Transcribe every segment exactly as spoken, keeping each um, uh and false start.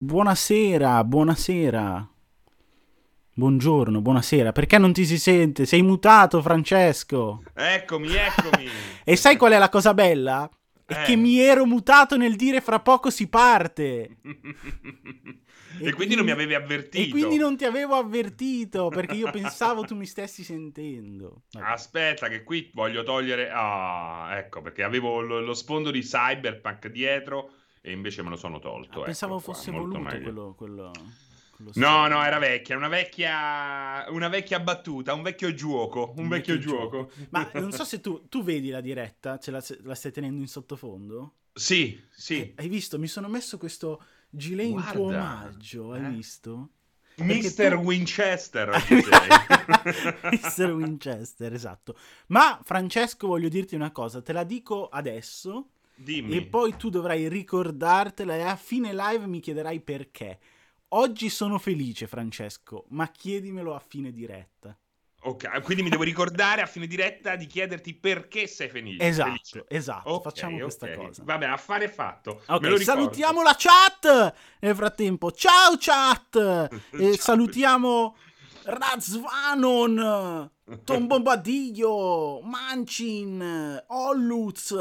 Buonasera, buonasera. Buongiorno, buonasera. Perché non ti si sente? Sei mutato, Francesco. Eccomi, eccomi. E sai qual è la cosa bella? È che Eh. mi ero mutato nel dire fra poco si parte. E E quindi non mi quindi, avevi e quindi avvertito. non ti avevo avvertito perché io pensavo tu mi stessi sentendo. Vabbè. Aspetta, che qui voglio togliere. Ah, ecco, perché avevo lo, lo sfondo di Cyberpunk dietro e invece me lo sono Ah, tolto. pensavo Eccolo qua, fosse molto voluto meglio. quello, quello, quello No, no, sfondo. era vecchia, una vecchia, una vecchia battuta, un vecchio gioco, un Un vecchio vecchio gioco. gioco. Ma non so se tu, tu vedi la diretta, ce la, la stai tenendo in sottofondo? Sì, Eh, sì. hai visto? Mi sono messo questo gilet in tuo Guarda, omaggio, hai eh? visto? Perché mister tu... Winchester oggi sei. mister Winchester, esatto. Ma Francesco, voglio dirti una cosa, te la dico adesso e Dimmi. poi tu dovrai ricordartela e a fine live mi chiederai perché. Oggi sono felice, Francesco, ma chiedimelo a fine diretta. Ok, quindi mi devo ricordare a fine diretta di chiederti perché sei felice. Esatto, felice. esatto, Ok, facciamo questa ok. cosa. Vabbè, affare fatto. Me Ok, lo ricordo. salutiamo la chat nel frattempo. Ciao chat! E Ciao. salutiamo Razvanon, Tom Bombadillo, Manchin, Olluz,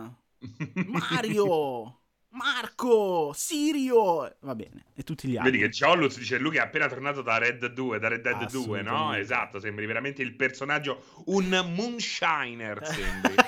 Mario, Marco, Sirio. Va bene, e tutti gli Vedi che altri. Ciolluz dice lui che è appena tornato da Red due, da Red Dead due, no? Assolutamente. Esatto, sembri veramente il personaggio, un moonshiner sembri.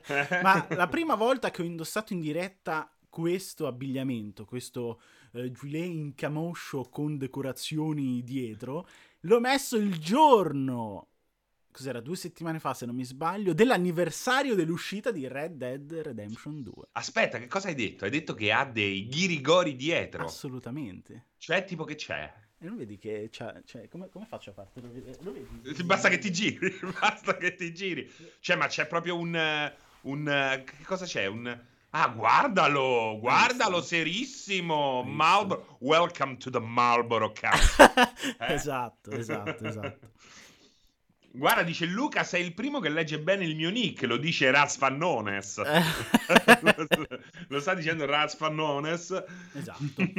Ma la prima volta che ho indossato in diretta questo abbigliamento, questo eh, gilet in camoscio con decorazioni dietro, l'ho messo il giorno, cos'era, due settimane fa se non mi sbaglio, dell'anniversario dell'uscita di Red Dead Redemption due. Aspetta, che cosa hai detto? Hai detto che ha dei ghirigori dietro. Assolutamente. Cioè, tipo che c'è? E non vedi che c'ha, cioè, come, come faccio a fartelo vedere? Lo vedi? Basta che Il- ti giri, basta che ti giri. Cioè, ma c'è proprio un, eh, un eh, che cosa c'è? Un Ah, guardalo, Hai guardalo, visto? serissimo. Hai visto? Marlboro. Welcome to the Marlboro Council. Eh? esatto, esatto, esatto. Guarda, dice Luca, sei il primo che legge bene il mio nick, lo dice Raz Fannones. Eh, lo, lo sta dicendo Raz Fannones. esatto.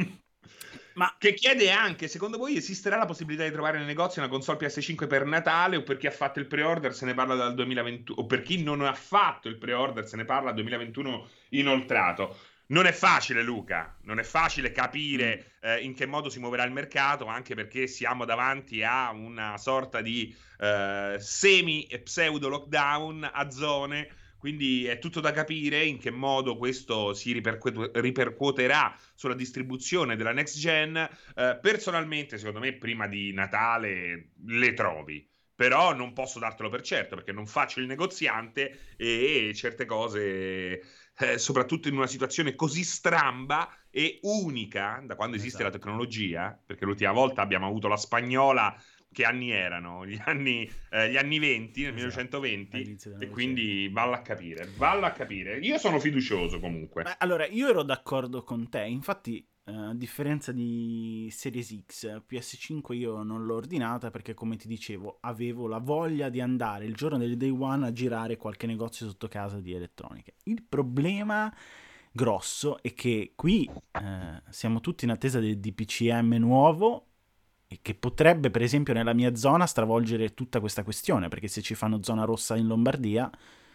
Ma Che chiede anche, secondo voi esisterà la possibilità di trovare nei negozi una console P S cinque per Natale o per chi ha fatto il pre-order se ne parla dal duemilaventuno o per chi non ha fatto il pre-order se ne parla dal duemilaventuno inoltrato? Non è facile, Luca, non è facile mm, capire eh, in che modo si muoverà il mercato, anche perché siamo davanti a una sorta di eh, semi-pseudo lockdown a zone, quindi è tutto da capire in che modo questo si ripercuote- ripercuoterà sulla distribuzione della next gen. Eh, personalmente, secondo me, prima di Natale le trovi. Però non posso dartelo per certo perché non faccio il negoziante e certe cose, eh, soprattutto in una situazione così stramba e unica da quando esiste la esatto. tecnologia, perché l'ultima volta abbiamo avuto la spagnola, che anni erano? Gli anni, eh, gli anni venti, nel Esatto, millenovecentoventi, all'inizio del e Novecento. quindi valla a capire, valla a capire. Io sono fiducioso Beh, comunque. allora, io ero d'accordo con te, infatti, eh, a differenza di Series X, P S cinque io non l'ho ordinata perché, come ti dicevo, avevo la voglia di andare il giorno del Day One a girare qualche negozio sotto casa di elettronica. Il problema grosso è che qui eh, siamo tutti in attesa del D P C M nuovo e che potrebbe, per esempio, nella mia zona stravolgere tutta questa questione, perché se ci fanno zona rossa in Lombardia,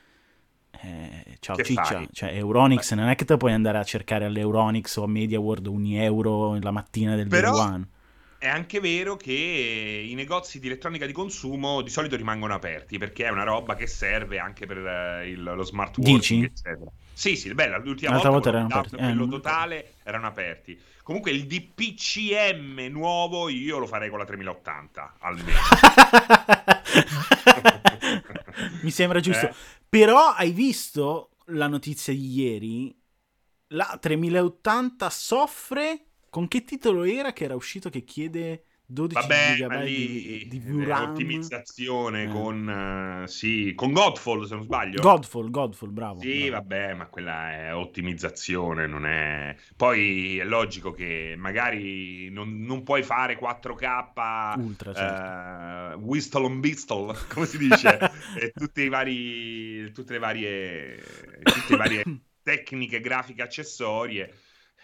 eh, ciao Che ciccia, fai? cioè Euronix Beh, non è che te puoi andare a cercare all'Euronix o a MediaWorld un euro la mattina del day però one. è anche vero che i negozi di elettronica di consumo di solito rimangono aperti perché è una roba che serve anche per eh, il- lo smart working, Dici? eccetera. Sì, sì, bella, l'ultima L'altra volta volta con erano lockdown, aperti. Eh, quello non me lo ricordo. totale, erano aperti. Comunque il D P C M nuovo io lo farei con la tremila ottanta, almeno. Mi sembra giusto. Eh? Però hai visto la notizia di ieri? La tremila ottanta soffre. Con che titolo era che era uscito che chiede dodici Vabbè, ma giga di, lì di è VRAM? ottimizzazione Eh. con, eh, sì, con Godfall, se non sbaglio. Godfall, Godfall, bravo, Sì, bravo. vabbè, ma quella è ottimizzazione, non è. Poi è logico che magari non, non puoi fare quattro K, Ultra, certo. eh, Whistle on Pistol, come si dice, e tutti i vari, tutte le varie, tutte le varie tecniche grafiche accessorie.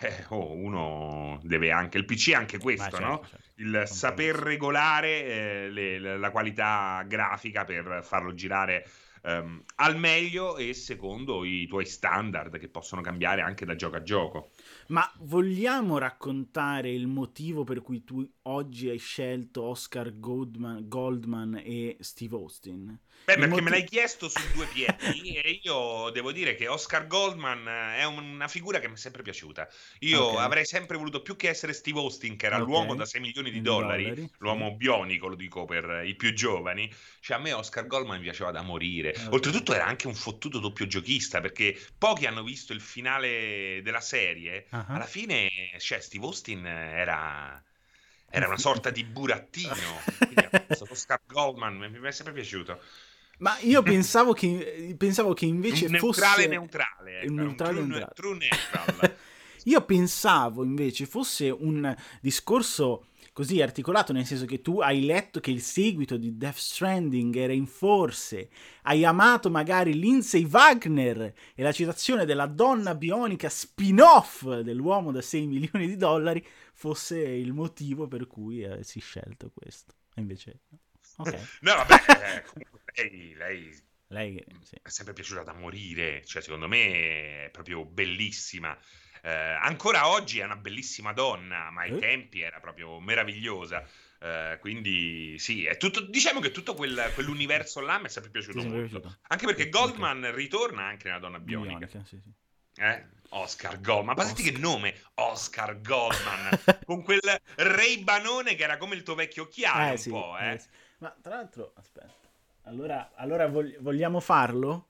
Eh, oh, uno deve anche, il P C è anche Ma questo, certo, no? certo, Il saper compromesso. regolare eh, le- le- la qualità grafica per farlo girare ehm, al meglio e secondo i tuoi standard che possono cambiare anche da gioco a gioco. Ma vogliamo raccontare il motivo per cui tu oggi hai scelto Oscar Goldman, Goldman e Steve Austin? Beh, Il perché me motivo... l'hai chiesto su due piedi e io devo dire che Oscar Goldman eh, è un- una figura che mi è sempre piaciuta. Ok, Io avrei sempre voluto più che essere Steve Austin, che era ok. l'uomo da sei milioni di Di dollari, dollari, sì. l'uomo bionico, lo dico per i più giovani, cioè a me Oscar Goldman mi piaceva da morire. Ok. Oltretutto era anche un fottuto doppio giochista, perché pochi hanno visto il finale della serie. Ah, Alla fine, cioè, Steve Austin era... un Era una fi- un sorta fi- di burattino, quindi Oscar Goldman mi mi è sempre piaciuto. Ma io pensavo che, pensavo che Un invece neutrale fosse neutrale, un ecco, era un neutrale true, neutrale. true neutral. Io pensavo invece fosse un discorso così articolato, nel senso che tu hai letto che il seguito di Death Stranding era in forse, hai amato magari Lindsay Wagner e la citazione della donna bionica spin-off dell'uomo da sei milioni di dollari fosse il motivo per cui avessi scelto questo. E invece, no. Ok. No, vabbè, eh, comunque lei, lei Lei, sì. è sempre piaciuta da morire, cioè secondo me è proprio bellissima. Eh, ancora oggi è una bellissima donna, ma ai Eh? tempi era proprio meravigliosa. Eh, quindi sì, è tutto, diciamo che tutto quel- quell'universo là mi è sempre Ti è piaciuto sempre molto. piaciuto? Anche Sì, perché ok. Goldman ritorna anche nella donna bionica. Bionica, sì, sì. Eh? Oscar Goldman, ma senti che Oscar. nome, Oscar Goldman, con quel Ray Banone che era come il tuo vecchio occhiale Eh un sì, po', eh eh? sì. Ma tra l'altro, aspetta. Allora, allora vog- vogliamo farlo?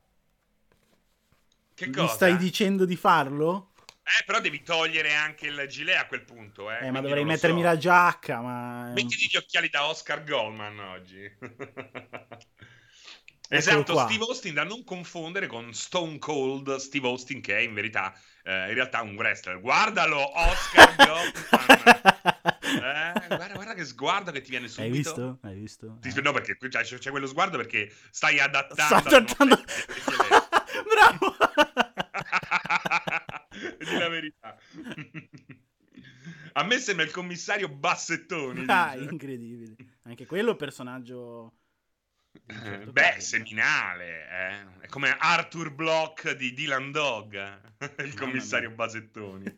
Che Mi stai cosa? dicendo di farlo? Eh, però devi togliere anche il gilet a quel punto, eh? Eh, ma Quindi dovrei non lo mettermi la so. giacca, ma... è un- Mettiti gli occhiali da Oscar Goldman oggi. Eccolo Esatto, qua. Steve Austin da non confondere con Stone Cold Steve Austin, che è in verità, eh, in realtà un wrestler. Guardalo, Oscar Goldman. Eh, guarda, guarda che sguardo che ti viene Hai subito. visto? Hai visto? Ti- Eh. No, perché qui c'è, c'è quello sguardo perché stai Sta adattando alle nuove trattando... leggi L G B T. Bravo! Di la verità. A me sembra il commissario Bassettoni, Ah, dice. incredibile. Anche quello è un personaggio di un Eh, certo Beh, calibro. seminale, eh? È come Arthur Block di Dylan Dog, il Mamma commissario mia. Basettoni.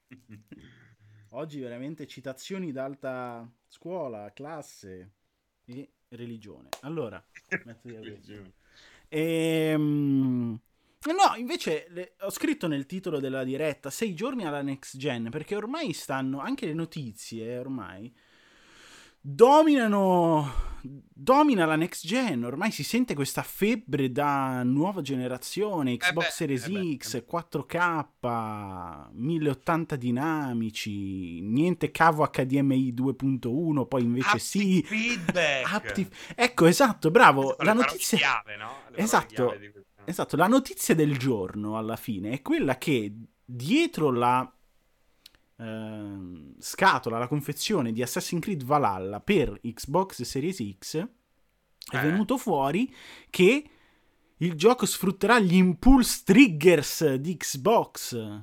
Oggi veramente citazioni d'alta scuola, classe e religione. Allora, metto via questo. Ehm... No, invece le- ho scritto nel titolo della diretta sei giorni alla next gen, perché ormai stanno, anche le notizie, ormai, dominano, domina la next gen, ormai si sente questa febbre da nuova generazione, Eh beh, Xbox Series eh beh, eh beh. X, quattro K, mille ottanta dinamici, niente cavo H D M I due punto uno, poi invece Haptic sì, feedback. Aptiv- ecco, esatto, Queste bravo, sono la le parole notizia... chiave, no? Le parole chiave Esatto, di questa. esatto, la notizia del giorno alla fine è quella che dietro la ehm, scatola, la confezione di Assassin's Creed Valhalla per Xbox Series X è Eh? venuto fuori che il gioco sfrutterà gli impulse triggers di Xbox.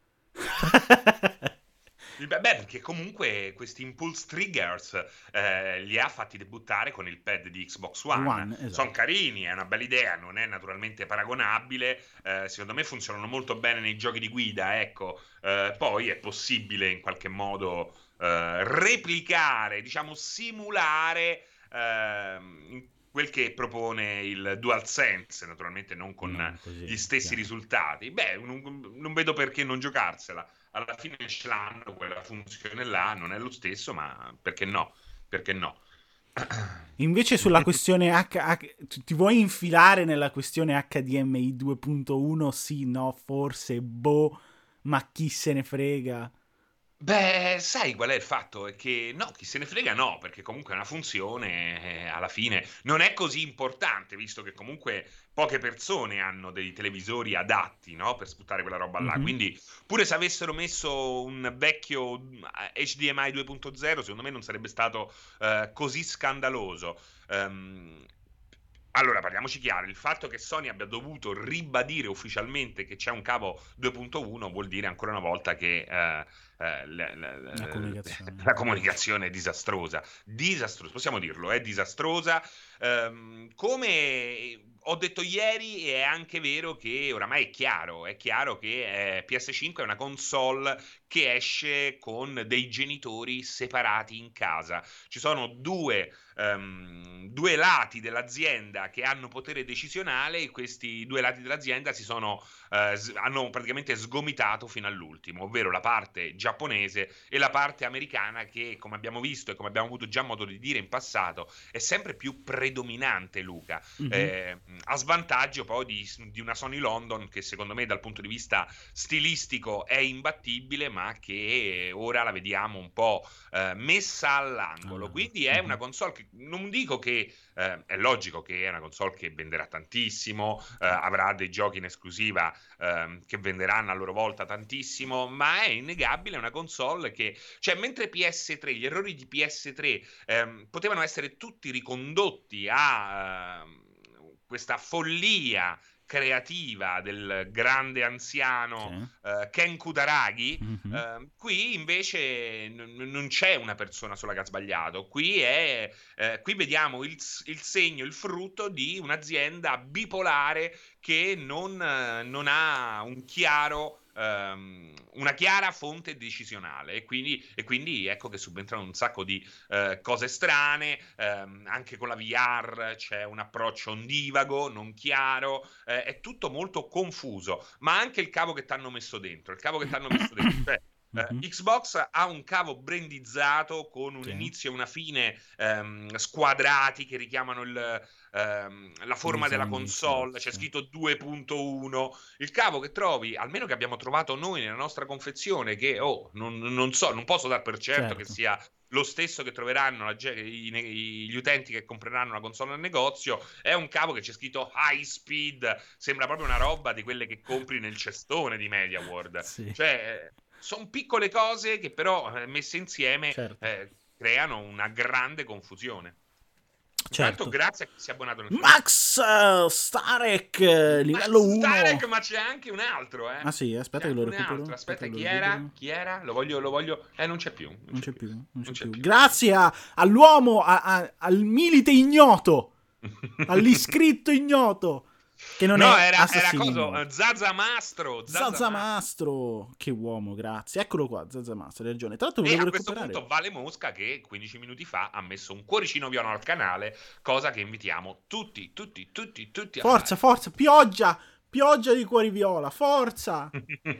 Beh, perché comunque questi impulse triggers eh, li ha fatti debuttare con il pad di Xbox One. One, Sono esatto. carini, è una bella idea, non è naturalmente paragonabile. Eh, secondo me funzionano molto bene nei giochi di guida, ecco. Eh, poi è possibile in qualche modo eh, replicare, diciamo simulare ehm, quel che propone il DualSense, naturalmente non con Non così, gli stessi chiaro. risultati. Beh, non, non vedo perché non giocarsela. Alla fine ce l'hanno quella funzione là, non è lo stesso, ma perché no? Perché no? Invece sulla questione H, H- ti vuoi infilare nella questione H D M I due punto uno? Sì, no, forse, boh, ma chi se ne frega? Beh, sai qual è il fatto? È che no, chi se ne frega no, perché comunque è una funzione, eh, alla fine non è così importante, visto che comunque poche persone hanno dei televisori adatti, no, per sputtare quella roba là. Mhm. Quindi, pure se avessero messo un vecchio eh, H D M I due punto zero, secondo me non sarebbe stato eh, così scandaloso. Ehm, Allora, parliamoci chiaro, il fatto che Sony abbia dovuto ribadire ufficialmente che c'è un cavo due punto uno vuol dire ancora una volta che eh, eh, la, la- La la- comunicazione. la comunicazione è disastrosa, disastrosa, possiamo dirlo, è disastrosa. Ehm, come ho detto ieri, è anche vero che oramai è chiaro, è chiaro che eh, P S cinque è una console che esce con dei genitori separati in casa. Ci sono due um, due lati dell'azienda che hanno potere decisionale, e questi due lati dell'azienda si sono, uh, s- hanno praticamente sgomitato fino all'ultimo, ovvero la parte giapponese e la parte americana che, come abbiamo visto e come abbiamo avuto già modo di dire in passato, è sempre più predominante, Luca, Mhm. eh, a svantaggio poi di, di una Sony London che secondo me dal punto di vista stilistico è imbattibile, ma che ora la vediamo un po' eh, messa all'angolo. Allora, Quindi è una mhm. console che non dico che eh, è logico che è una console che venderà tantissimo, eh, Sì. avrà dei giochi in esclusiva ehm, che venderanno a loro volta tantissimo, ma è innegabile una console che, cioè, mentre P S tre, gli errori di P S tre ehm, potevano essere tutti ricondotti a ehm, questa follia creativa del grande Sì. anziano eh, Ken Kutaragi, Mhm. eh, qui invece n- non c'è una persona sola che ha sbagliato, qui, è, eh, qui vediamo il, il segno, il frutto di un'azienda bipolare che non, eh, non ha un chiaro ehm, una chiara fonte decisionale, e quindi, e quindi ecco che subentrano un sacco di eh, cose strane, ehm, anche con la V R c'è un approccio ondivago, non chiaro, eh, è tutto molto confuso, ma anche il cavo che ti hanno messo dentro, il cavo che ti hanno messo dentro, cioè Mhm. eh, Xbox ha un cavo brandizzato con un Sì. inizio e una fine ehm, squadrati che richiamano il, ehm, la Il forma della design di console, Xbox, c'è sì. scritto due punto uno, il cavo che trovi, almeno che abbiamo trovato noi nella nostra confezione, che oh, non, non so, non posso dar per certo che Certo. sia lo stesso che troveranno la, i, gli utenti che compreranno la console nel negozio, è un cavo che c'è scritto high speed, sembra proprio una roba di quelle che compri nel cestone di MediaWorld, Sì, cioè sono piccole cose che però eh, messe insieme certo. eh, creano una grande confusione. Intanto Certo. grazie a chi si è abbonato nel frattempo. Max eh, Starek, eh, livello Max Starek, uno. ma c'è anche un altro, eh. Ah sì, C'è aspetta che lo anche un altro. recupero. Aspetta Aspetta, che lo chi era? recupero. Chi era? Lo voglio, lo voglio. Eh, non c'è più. Non Non c'è c'è più. più, non Non c'è c'è più. più. Grazie a- all'uomo, a- a- al milite ignoto, all'iscritto ignoto, che non No, è era, era assassino coso. ignoto. eh, Zaza Mastro. Zaza Mastro. Zazzamastro, che uomo, grazie. Eccolo qua, Zazzamastro, hai ragione. Tra l'altro E volevo a questo recuperare. punto Vale Mosca che quindici minuti fa ha messo un cuoricino viola al canale, cosa che invitiamo tutti, tutti, tutti, tutti a Forza, fare. forza, pioggia, pioggia di cuori viola, forza.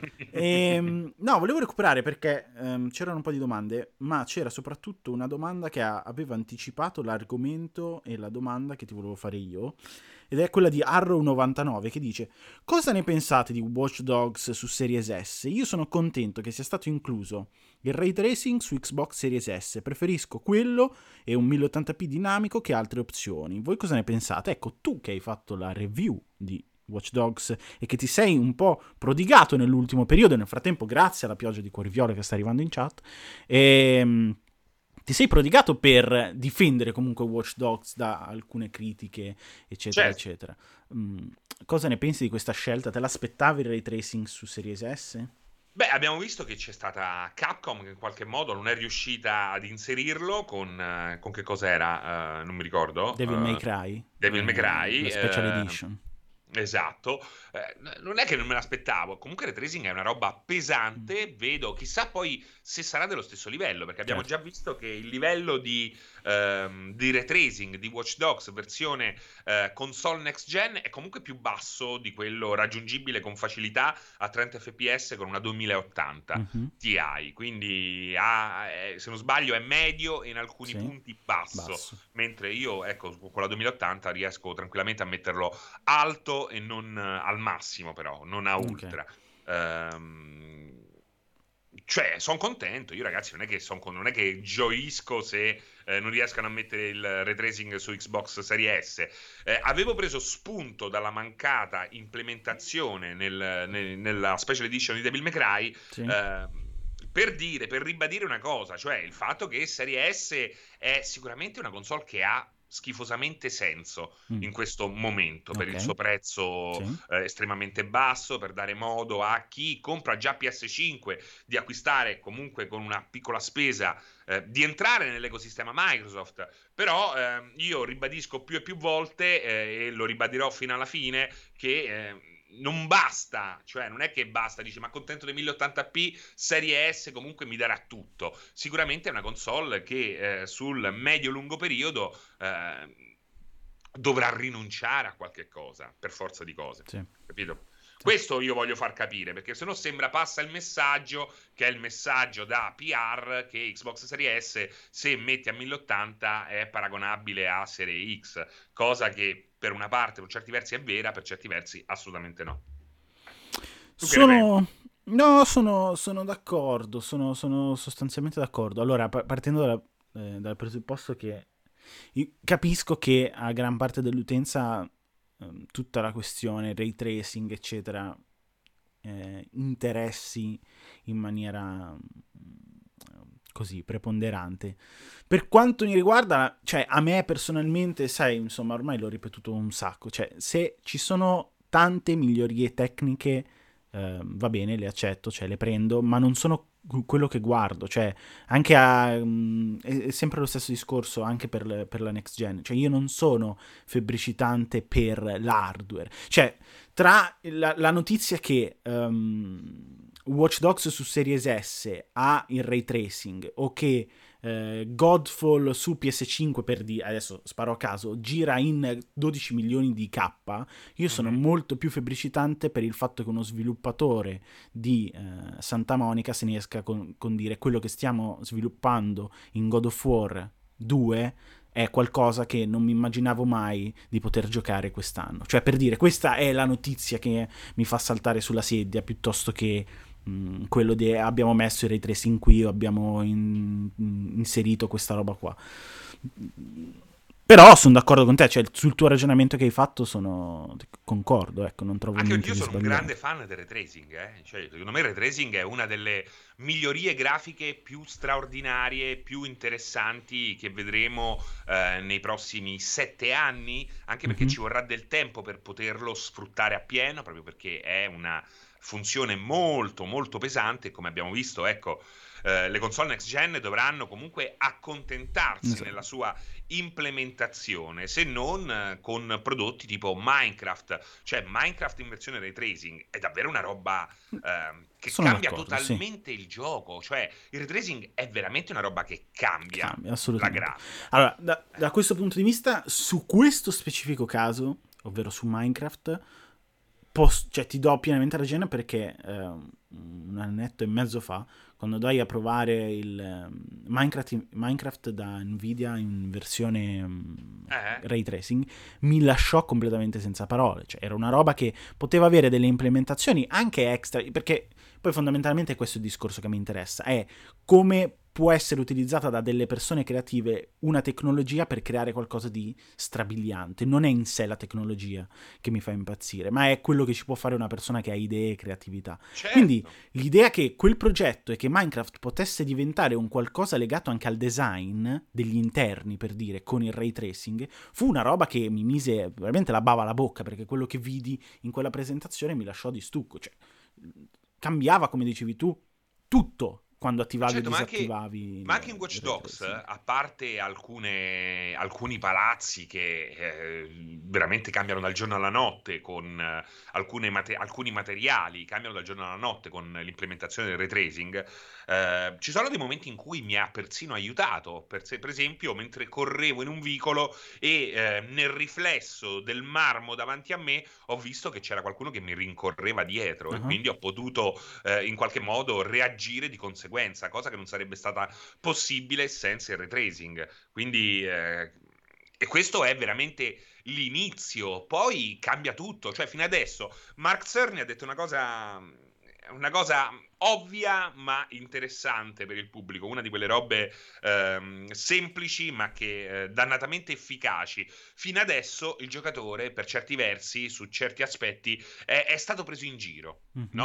Ehm, no, volevo recuperare perché ehm, c'erano un po' di domande, ma c'era soprattutto una domanda che ha- aveva anticipato l'argomento e la domanda che ti volevo fare io, ed è quella di Arrow novantanove che dice: cosa ne pensate di Watch Dogs su Series S? Io sono contento che sia stato incluso il ray tracing su Xbox Series S, preferisco quello e un mille ottanta p dinamico che altre opzioni. Voi cosa ne pensate? Ecco, tu che hai fatto la review di Watch Dogs e che ti sei un po' prodigato nell'ultimo periodo, nel frattempo grazie alla pioggia di cuori viola che sta arrivando in chat, e, ti sei prodigato per difendere comunque Watch Dogs da alcune critiche, eccetera, Certo. eccetera. Mm, cosa ne pensi di questa scelta? Te l'aspettavi il ray tracing su Series S? Beh, abbiamo visto che c'è stata Capcom che in qualche modo non è riuscita ad inserirlo con, eh, con che cos'era, eh, non mi ricordo, Devil May eh, Cry, Devil May eh, Cry, la Special eh, Edition. esatto. Eh, n- non è che non me l'aspettavo, comunque il tracing è una roba Mm, pesante, vedo, chissà poi se sarà dello stesso livello, perché abbiamo già certo. visto che il livello di, ehm, di retracing di Watch Dogs versione eh, console next gen è comunque più basso di quello raggiungibile con facilità a trenta F P S con una duemila ottanta Mhm. Ti, quindi ha, è- se non sbaglio è medio e in alcuni Sì, punti basso, basso. mentre io ecco con la duemila ottanta riesco tranquillamente a metterlo alto e non eh, al massimo, però non a Ok. ultra. Ehm, cioè, sono contento. Io, ragazzi, non è che, son con- non è che gioisco se eh, non riescano a mettere il ray tracing su Xbox Series S. Eh, avevo preso spunto dalla mancata implementazione nel- nel- nella Special Edition di Devil May Cry. Sì. ehm, per dire, per ribadire una cosa, cioè il fatto che Serie S è sicuramente una console che ha schifosamente senso Mm. in questo momento per Ok. il suo prezzo Sì. eh, estremamente basso, per dare modo a chi compra già P S cinque di acquistare comunque con una piccola spesa, eh, di entrare nell'ecosistema Microsoft. Però eh, io ribadisco più e più volte, eh, e lo ribadirò fino alla fine, che eh, non basta, cioè non è che basta, dici ma contento dei mille ottanta p, serie S comunque mi darà tutto. Sicuramente è una console che eh, sul medio-lungo periodo eh, dovrà rinunciare a qualche cosa, per forza di cose, Sì. capito? Sì. Questo io voglio far capire, perché se no sembra passa il messaggio, che è il messaggio da P R, che Xbox Series S, se metti a mille ottanta, è paragonabile a Serie X, cosa che per una parte, per certi versi è vera, per certi versi assolutamente no. Tu che ne pensi? Sono... No, sono, sono d'accordo, sono, sono sostanzialmente d'accordo. Allora, pa- partendo dalla- eh, dal presupposto che io capisco che a gran parte dell'utenza ehm, tutta la questione ray tracing, eccetera, eh, interessi in maniera mm, così preponderante. Per quanto mi riguarda, cioè a me personalmente, sai, insomma, ormai l'ho ripetuto un sacco, cioè se ci sono tante migliorie tecniche, eh, va bene, le accetto, cioè le prendo, ma non sono quello che guardo, cioè anche a mm, è, è sempre lo stesso discorso anche per, le- per la next gen, cioè io non sono febbricitante per l'hardware, cioè tra la, la notizia che um, Watch Dogs su Series S ha il ray tracing o che eh, Godfall su P S cinque, per di adesso sparo a caso, gira in dodici milioni di K, io sono Mhm. molto più febbricitante per il fatto che uno sviluppatore di eh, Santa Monica se ne esca con, con dire quello che stiamo sviluppando in God of War due è qualcosa che non mi immaginavo mai di poter giocare quest'anno. Cioè, per dire, questa è la notizia che mi fa saltare sulla sedia piuttosto che mh, quello di abbiamo messo il ray tracing qui o abbiamo in, inserito questa roba qua. Però sono d'accordo con te, cioè sul tuo ragionamento che hai fatto sono concordo, ecco, non trovo Anche perché niente io di sono un grande sbagliato. fan del ray tracing, eh. Cioè, secondo me il ray tracing è una delle migliorie grafiche più straordinarie, più interessanti che vedremo eh, nei prossimi sette anni, anche perché Mhm. ci vorrà del tempo per poterlo sfruttare appieno, proprio perché è una funzione molto molto pesante, come abbiamo visto, ecco. Eh, le console next gen dovranno comunque accontentarsi nella Esatto. sua implementazione, se non eh, con prodotti tipo Minecraft. Cioè, Minecraft in versione ray tracing è davvero una roba ehm, che Sono cambia d'accordo, sì, totalmente il gioco. Cioè, il ray tracing è veramente una roba che cambia cambia la assolutamente. grafica. Allora, da, Eh, da questo punto di vista, su questo specifico caso, ovvero su Minecraft, pos- cioè, ti do pienamente ragione perché eh, un annetto e mezzo fa, quando dai a provare il ehm, Minecraft, Minecraft da Nvidia in versione mm, eh, ray tracing, mi lasciò completamente senza parole. Cioè, era una roba che poteva avere delle implementazioni anche extra, perché poi fondamentalmente è questo il discorso che mi interessa, è come può essere utilizzata da delle persone creative una tecnologia per creare qualcosa di strabiliante. Non è in sé la tecnologia che mi fa impazzire, ma è quello che ci può fare una persona che ha idee e creatività. Quindi certo. l'idea che quel progetto e che Minecraft potesse diventare un qualcosa legato anche al design degli interni, per dire, con il ray tracing, fu una roba che mi mise veramente la bava alla bocca, perché quello che vidi in quella presentazione mi lasciò di stucco. Cioè, cambiava, come dicevi tu, tutto quando Ma attivavi o certo, ma anche, disattivavi ma anche in il, il Watch ray Dogs, tracing. a parte alcune, alcuni palazzi che eh, veramente cambiano dal giorno alla notte con eh, alcune mate- alcuni materiali, cambiano dal giorno alla notte con l'implementazione del ray tracing, eh, ci sono dei momenti in cui mi ha persino aiutato, per, se- per esempio mentre correvo in un vicolo e eh, nel riflesso del marmo davanti a me ho visto che c'era qualcuno che mi rincorreva dietro e Uh-huh. quindi ho potuto eh, in qualche modo reagire di conseguenza, cosa che non sarebbe stata possibile senza il ray tracing. Quindi, eh, e questo è veramente l'inizio, poi cambia tutto. Cioè, fino adesso Mark Cerny ha detto una cosa, una cosa ovvia ma interessante per il pubblico, una di quelle robe ehm, semplici ma che eh, dannatamente efficaci. Fino adesso il giocatore, per certi versi, su certi aspetti, è, è stato preso in giro, Uh-huh. no?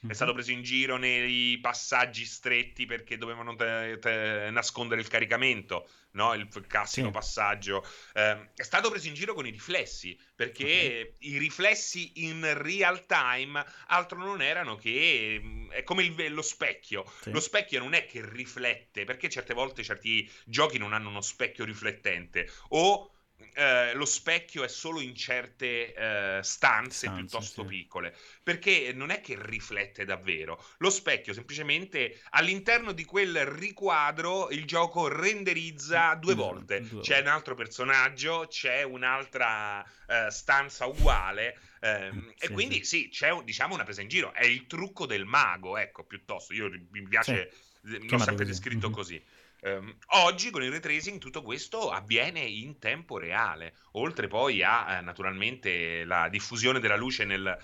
è stato preso in giro nei passaggi stretti perché dovevano te- te- nascondere il caricamento, no? Il f- classico Sì. passaggio. Eh, è stato preso in giro con i riflessi, perché Ok. i riflessi in real time altro non erano che mm, è come il ve- lo specchio. Lo Sì. specchio non è che riflette, perché certe volte certi giochi non hanno uno specchio riflettente, o eh, lo specchio è solo in certe eh, stanze Stanze, piuttosto sì. piccole, perché non è che riflette davvero. Lo specchio semplicemente all'interno di quel riquadro il gioco renderizza due Due, volte. due C'è un volte. altro personaggio, c'è un'altra eh, stanza uguale. ehm, e Sì, sì. quindi sì, c'è diciamo una presa in giro. È il trucco del mago, ecco, piuttosto. Io mi Sì, piace, l'ho chiamato sempre così. descritto Mhm. così. Um, oggi con il ray tracing tutto questo avviene in tempo reale, oltre poi a eh, naturalmente la diffusione della luce nel,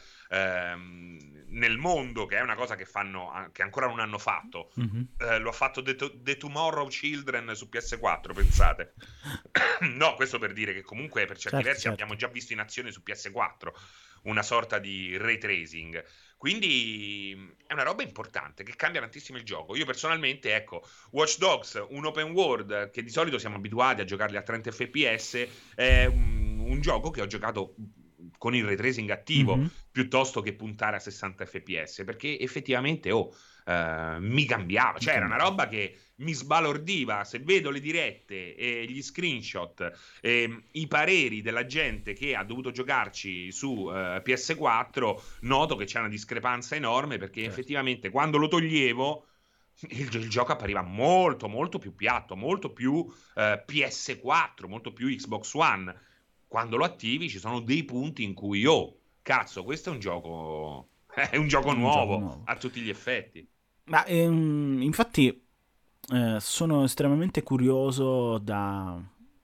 ehm, nel mondo, che è una cosa che fanno che ancora non hanno fatto. Mhm. Eh, lo ha fatto The, The Tomorrow Children su P S quattro, pensate. No, questo per dire che comunque per certi Certo, versi certo. abbiamo già visto in azione su P S quattro una sorta di ray tracing. Quindi è una roba importante che cambia tantissimo il gioco. Io personalmente, ecco, Watch Dogs, un open world che di solito siamo abituati a giocarli a trenta F P S, è un, un gioco che ho giocato con il ray tracing attivo Mhm. piuttosto che puntare a sessanta F P S, perché effettivamente oh, eh, mi cambiava, Mi cioè era una cambiava. roba che mi sbalordiva. Se vedo le dirette e gli screenshot e i pareri della gente che ha dovuto giocarci su eh, P S quattro, noto che c'è una discrepanza enorme, perché Certo. effettivamente quando lo toglievo il, il gioco appariva molto molto più piatto, molto più eh, P S quattro, molto più Xbox One. Quando lo attivi ci sono dei punti in cui oh, cazzo, questo è un gioco è un gioco Un gioco nuovo nuovo. a tutti gli effetti. Ma ehm, infatti eh, sono estremamente curioso da,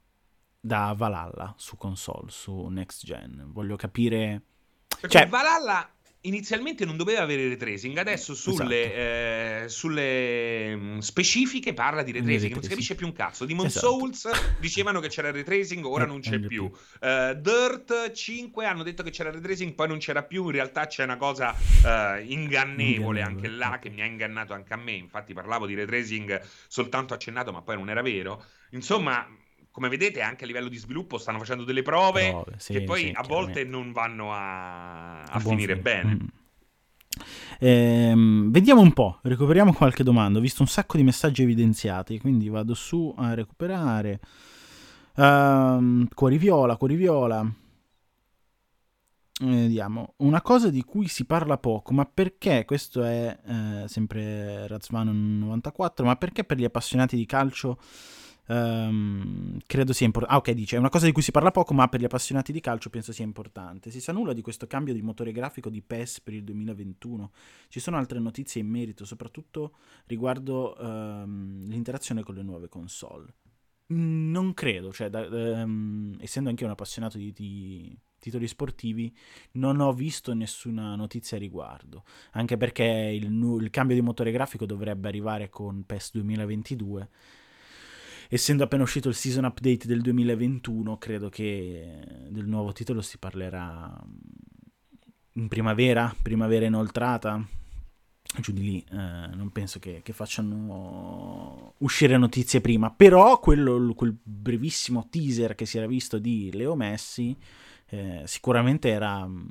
da Valhalla su console, su next gen. Voglio capire... Perché Cioè, Valhalla inizialmente non doveva avere ray tracing, adesso esatto, sulle, eh, sulle mh, specifiche parla di ray il ray tracing, non si tracing. capisce più un cazzo. Demon Esatto. Souls dicevano che c'era il ray tracing, ora E non non c'è c'è più. più. Eh, Dirt cinque hanno detto che c'era il ray tracing, poi non c'era più. In realtà c'è una cosa eh, ingannevole anche Ingannevole, là, che ok. mi ha ingannato anche a me. Infatti parlavo di ray tracing soltanto accennato, ma poi non era vero. Insomma, come vedete, anche a livello di sviluppo stanno facendo delle prove Prove, che sì, poi sì, a volte chiaramente. non vanno a, A a buon finire fine. Mm. bene. Ehm, vediamo un po', recuperiamo qualche domanda. Ho visto un sacco di messaggi evidenziati, quindi vado su a recuperare. Ehm, cuori viola, cuori viola. Eh, Vediamo. Una cosa di cui si parla poco, ma perché, questo è eh, sempre Razvano novantaquattro, ma perché per gli appassionati di calcio ehm, credo sia importante. Ah, ok, dice, è una cosa di cui si parla poco, ma per gli appassionati di calcio penso sia importante. Si sa nulla di questo cambio di motore grafico di P E S per il duemilaventuno? Ci sono altre notizie in merito, soprattutto riguardo ehm, l'interazione con le nuove console? Mm, Non credo, cioè, da- ehm, essendo anche un appassionato di, di titoli sportivi, non ho visto nessuna notizia a riguardo. Anche perché il, nu- il cambio di motore grafico dovrebbe arrivare con P E S duemilaventidue. Essendo appena uscito il season update del duemilaventuno, credo che del nuovo titolo si parlerà in primavera, primavera inoltrata. Giù di lì, eh, non penso che, che facciano uscire notizie prima. Però quello, quel brevissimo teaser che si era visto di Leo Messi eh, sicuramente era mm,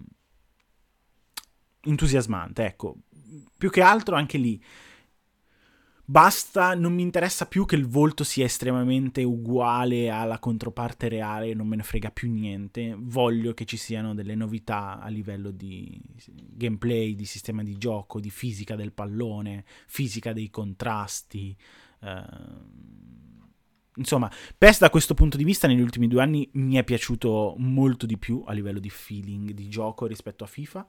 entusiasmante. Ecco, più che altro anche lì. Basta, non mi interessa più che il volto sia estremamente uguale alla controparte reale, non me ne frega più niente. Voglio che ci siano delle novità a livello di gameplay, di sistema di gioco, di fisica del pallone, fisica dei contrasti. Ehm... Insomma, P E S da questo punto di vista negli ultimi due anni mi è piaciuto molto di più a livello di feeling di gioco rispetto a FIFA.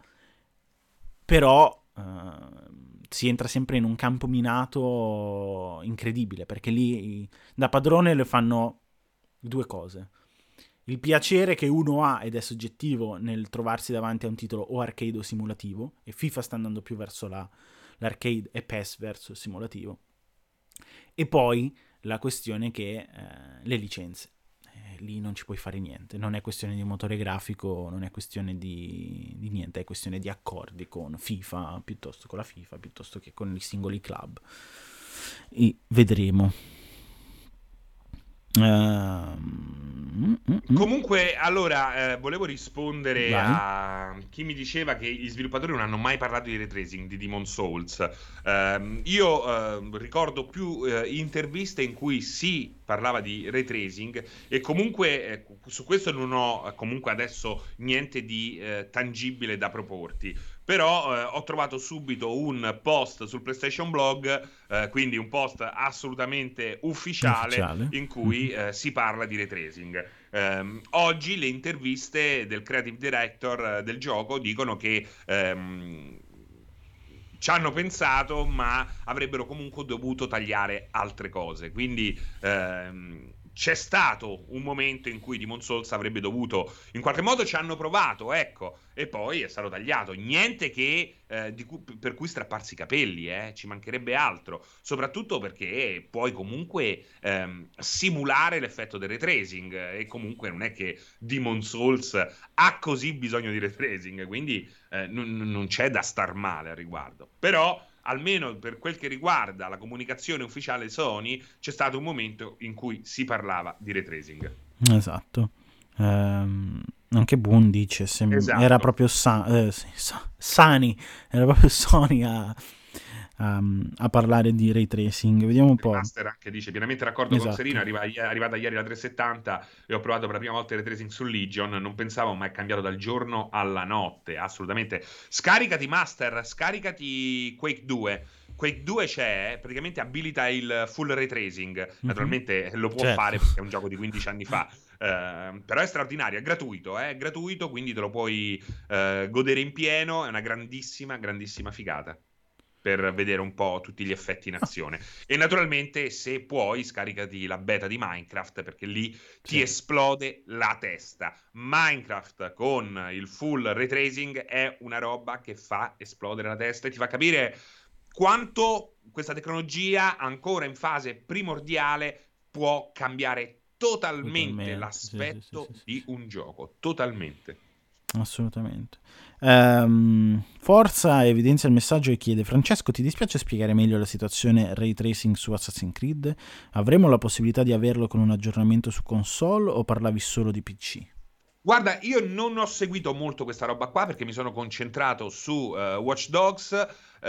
Però uh, si entra sempre in un campo minato incredibile, perché lì da padrone le fanno due cose. Il piacere che uno ha, ed è soggettivo, nel trovarsi davanti a un titolo o arcade o simulativo, e FIFA sta andando più verso la, l'arcade e P E S verso il simulativo. E poi la questione che eh, le licenze. lì non ci puoi fare niente, non è questione di motore grafico, non è questione di, di niente, è questione di accordi con FIFA, piuttosto con la FIFA, piuttosto che con i singoli club. E vedremo. Uh, Comunque, allora, eh, volevo rispondere Vai. a chi mi diceva che gli sviluppatori non hanno mai parlato di ray tracing di Demon's Souls. Eh, io eh, ricordo più eh, interviste in cui si parlava di ray tracing e comunque eh, su questo non ho eh, comunque adesso niente di eh, tangibile da proporti. Però eh, ho trovato subito un post sul PlayStation Blog, eh, quindi un post assolutamente ufficiale, Ufficiale. in cui eh, si parla di ray tracing. Um, oggi le interviste del creative director uh, del gioco dicono che um, ci hanno pensato, ma avrebbero comunque dovuto tagliare altre cose. Quindi um, c'è stato un momento in cui Demon's Souls avrebbe dovuto, in qualche modo ci hanno provato, ecco, e poi è stato tagliato. Niente che eh, di cui, per cui strapparsi i capelli, eh, ci mancherebbe altro, soprattutto perché puoi comunque ehm, simulare l'effetto del ray tracing e comunque non è che Demon's Souls ha così bisogno di ray tracing, quindi eh, non, non c'è da star male al riguardo. Però almeno per quel che riguarda la comunicazione ufficiale Sony, c'è stato un momento in cui si parlava di ray tracing. Esatto. Um, anche Boone dice se esatto. era proprio sa- eh, sa- Sani, era proprio Sony a, a, a parlare di ray tracing. Vediamo un po'. Master anche dice pienamente d'accordo Esatto. con Serino, arriva, è arrivata ieri la trecentosettanta e ho provato per la prima volta il ray tracing su Legion, non pensavo, ma è cambiato dal giorno alla notte, assolutamente. Scaricati Master, scaricati Quake due. Quake due c'è, praticamente abilita il full ray tracing, mm-hmm. Naturalmente lo può certo. fare perché è un gioco di quindici anni fa, uh, però è straordinario, è gratuito, eh? È gratuito, quindi te lo puoi uh, godere in pieno, è una grandissima, grandissima figata per vedere un po' tutti gli effetti in azione. E naturalmente, se puoi, scaricati la beta di Minecraft, perché lì ti sì. esplode la testa. Minecraft con il full ray tracing è una roba che fa esplodere la testa e ti fa capire quanto questa tecnologia, ancora in fase primordiale, può cambiare totalmente, totalmente. l'aspetto sì, sì, sì, di un gioco. Totalmente. Assolutamente. Um, Forza evidenzia il messaggio e chiede: Francesco, ti dispiace spiegare meglio la situazione ray tracing su Assassin's Creed? Avremo la possibilità di averlo con un aggiornamento su console o parlavi solo di P C? Guarda, io non ho seguito molto questa roba qua perché mi sono concentrato su uh, Watch Dogs,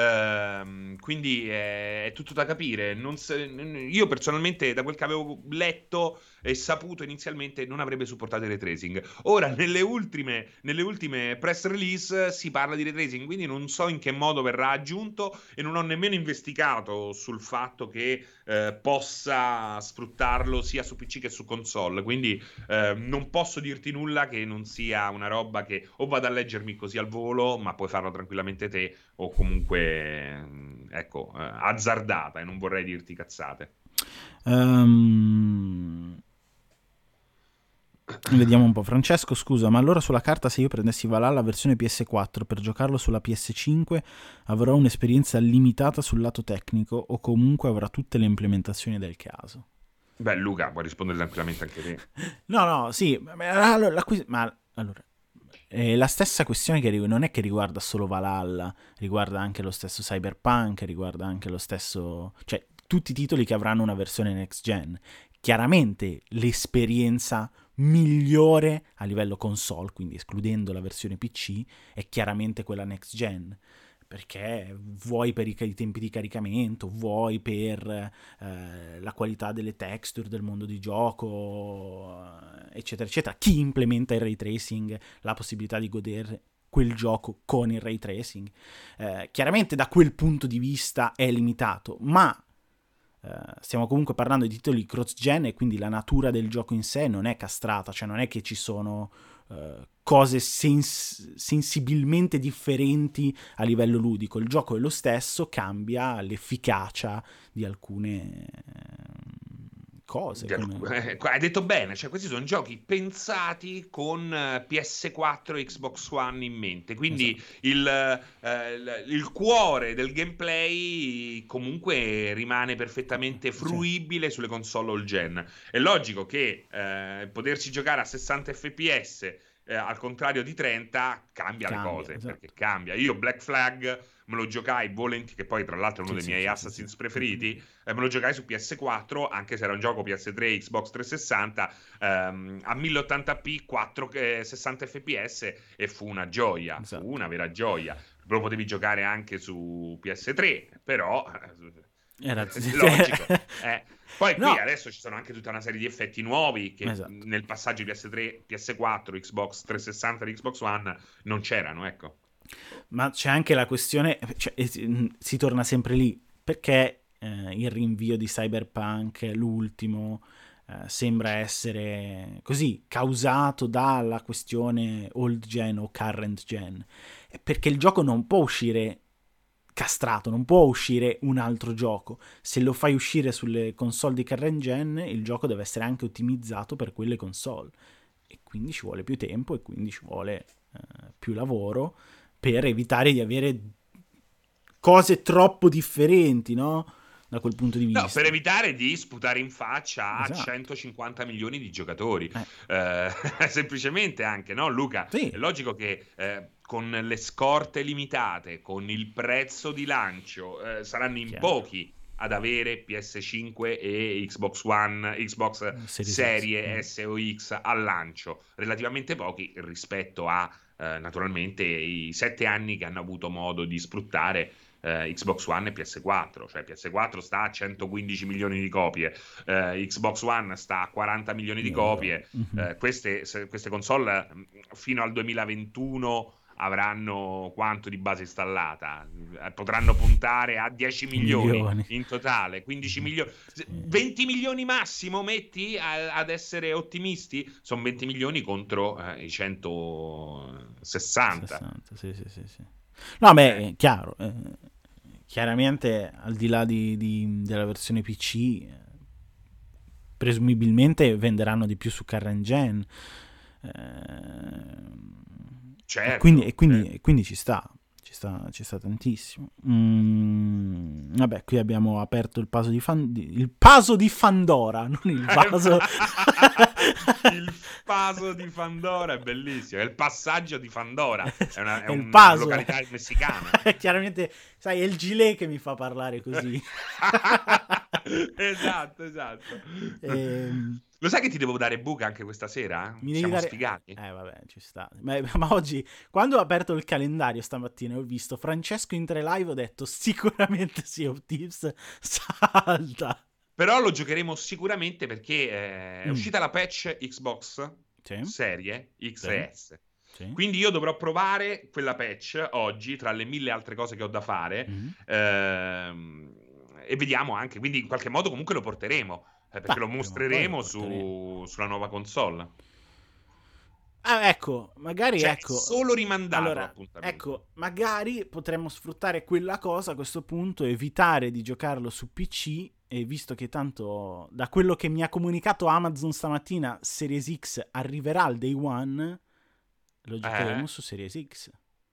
uh, quindi è, è tutto da capire. Non se, io personalmente, da quel che avevo letto e saputo inizialmente, non avrebbe supportato il ray tracing. Ora, nelle ultime, nelle ultime press release si parla di ray tracing, quindi non so in che modo verrà aggiunto e non ho nemmeno investigato sul fatto che uh, possa sfruttarlo sia su P C che su console, quindi uh, non posso dirti nulla che non sia una roba che o vado a leggermi così al volo, ma puoi farlo tranquillamente te, o comunque ecco, eh, azzardata, e non vorrei dirti cazzate. Um, vediamo un po'. Francesco, scusa, ma allora sulla carta, se io prendessi Valhalla versione P S quattro per giocarlo sulla P S cinque, avrò un'esperienza limitata sul lato tecnico o comunque avrà tutte le implementazioni del caso? Beh, Luca, puoi rispondere tranquillamente anche te. No, no, sì, allora, la, ma allora, è la stessa questione che non è che riguarda solo Valhalla, riguarda anche lo stesso Cyberpunk, riguarda anche lo stesso, cioè tutti i titoli che avranno una versione next gen. Chiaramente l'esperienza migliore a livello console, quindi escludendo la versione P C, è chiaramente quella next gen. Perché vuoi per i, i tempi di caricamento, vuoi per eh, la qualità delle texture del mondo di gioco, eccetera, eccetera. Chi implementa il ray tracing, la possibilità di godere quel gioco con il ray tracing, eh, chiaramente da quel punto di vista è limitato, ma eh, stiamo comunque parlando di titoli cross-gen e quindi la natura del gioco in sé non è castrata, cioè non è che ci sono Uh, cose sens- sensibilmente differenti a livello ludico. Il gioco è lo stesso, cambia l'efficacia di alcune uh, cose. Del- Come... eh, hai detto bene, cioè questi sono giochi pensati con eh, P S quattro e Xbox One in mente, quindi Esatto. il, eh, il- il cuore del gameplay comunque rimane perfettamente Sì, fruibile sulle console all gen. È logico che eh, potersi giocare a sessanta F P S eh, al contrario di trenta cambia le cambia, cose, perché esatto. cambia. Io Black Flag me lo giocai volentieri, che poi tra l'altro è uno Sì, dei sì, miei sì, sì, sì. Assassin's preferiti, eh, me lo giocai su P S quattro, anche se era un gioco P S tre, Xbox trecentosessanta, ehm, a mille ottanta p, quattro, eh, sessanta F P S, e fu una gioia, fu Esatto. una vera gioia. Lo potevi giocare anche su P S tre, però Era... eh, logico. Eh. Poi qui No, adesso ci sono anche tutta una serie di effetti nuovi che esatto. nel passaggio P S tre, P S quattro, Xbox trecentosessanta e Xbox One non c'erano, ecco. Ma c'è anche la questione, cioè, eh, si si torna sempre lì, perché eh, il rinvio di Cyberpunk, l'ultimo, eh, sembra essere così causato dalla questione old gen o current gen. È perché il gioco non può uscire castrato, non può uscire un altro gioco. Se lo fai uscire sulle console di current gen, il gioco deve essere anche ottimizzato per quelle console. E quindi ci vuole più tempo e quindi ci vuole eh, più lavoro per evitare di avere cose troppo differenti, no? Da quel punto di No, per vista. evitare di sputare in faccia a Esatto. centocinquanta milioni di giocatori. Eh, Eh, semplicemente anche, no, Luca? È sì, logico che eh, con le scorte limitate, con il prezzo di lancio, eh, saranno in chiaro. pochi ad avere P S cinque e Xbox One, Xbox Series X. Mm. Serie S o X al lancio, relativamente pochi rispetto a eh, naturalmente i sette anni che hanno avuto modo di sfruttare eh, Xbox One e P S quattro, cioè P S quattro sta a centoquindici milioni di copie, eh, Xbox One sta a quaranta milioni di Milioni. copie, Mhm. eh, queste, se, queste console mh, fino al duemilaventuno avranno quanto di base installata? Eh, potranno puntare a dieci milioni Milioni. in totale, quindici Mhm. milioni, Sì. venti milioni massimo metti a, ad essere ottimisti? Sono venti milioni contro eh, i centosessanta. sessanta, sì, sì, sì, sì. No, beh, Eh, è chiaro. eh, chiaramente, al di là di, di- della versione P C, eh, presumibilmente venderanno di più su current gen. Eh, e, quindi, e, certo, quindi, certo. e quindi ci sta. Ci sta, ci sta tantissimo. Mm, vabbè, qui abbiamo aperto il paso di, Fan- di- il paso di Fandora, non il vaso. Il paso di Fandora è bellissimo, è il passaggio di Fandora, è una, è È il una paso, località eh. messicana. Chiaramente, sai, è il gilet che mi fa parlare così. Esatto, esatto. Ehm, Lo sai che ti devo dare buca anche questa sera? mi devi Siamo dare... sfigati? Eh, vabbè, ci sta. Ma, ma oggi, quando ho aperto il calendario stamattina e ho visto Francesco in tre live, ho detto sicuramente Sea of Thieves salta. Però lo giocheremo sicuramente perché eh, è Mm, uscita la patch Xbox sì, serie X sì, e S. sì. Quindi io dovrò provare quella patch oggi, tra le mille altre cose che ho da fare, Mm. ehm, e vediamo anche. Quindi in qualche modo comunque lo porteremo, eh, perché Beh, lo prima o poi lo mostreremo porteremo. su- sulla nuova console. Ah, ecco, magari Cioè, è ecco. solo rimandato Allora, l'appuntamento. ecco, magari potremmo sfruttare quella cosa a questo punto, evitare di giocarlo su P C. E visto che tanto, da quello che mi ha comunicato Amazon stamattina, Series X arriverà al day one, lo giocheremo Eh? su Series X.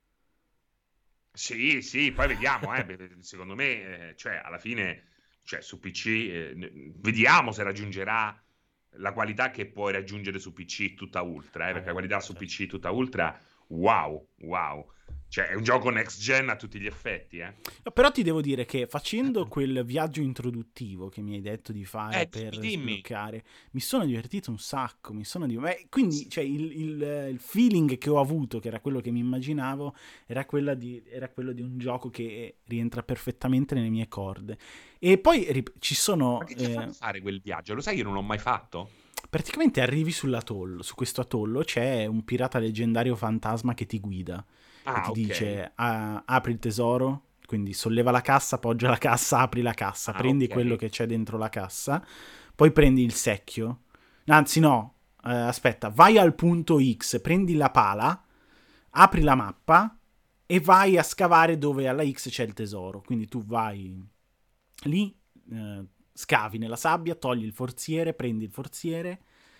Sì, sì, poi vediamo, eh, beh, secondo me, eh, cioè, alla fine, cioè, su P C, eh, n- vediamo se raggiungerà la qualità che puoi raggiungere su P C tutta ultra, eh, Ah, perché la beh, qualità su certo. P C tutta ultra, wow, wow. Cioè, è un gioco next gen a tutti gli effetti, eh. No, però ti devo dire che facendo quel viaggio introduttivo che mi hai detto di fare Eh, dimmi, per dimmi. sbloccare, mi sono divertito un sacco. Mi sono div- Beh, quindi, cioè, il, il- il feeling che ho avuto, che era quello che mi immaginavo, era, quella di, era quello di un gioco che rientra perfettamente nelle mie corde. E poi rip- ci Ma sono. che ti ha eh, fatto fare quel viaggio? Lo sai, io non l'ho mai fatto? praticamente arrivi sull'atollo, su questo atollo c'è un pirata leggendario fantasma che ti guida e Ah, ti ok. dice "Ah, apri il tesoro, quindi solleva la cassa, appoggia la cassa, apri la cassa, Ah, prendi quello ok. che c'è dentro la cassa, poi prendi il secchio, anzi no, eh, aspetta, vai al punto X, prendi la pala, apri la mappa e vai a scavare dove alla X c'è il tesoro, quindi tu vai lì, eh, scavi nella sabbia, togli il forziere, prendi il forziere,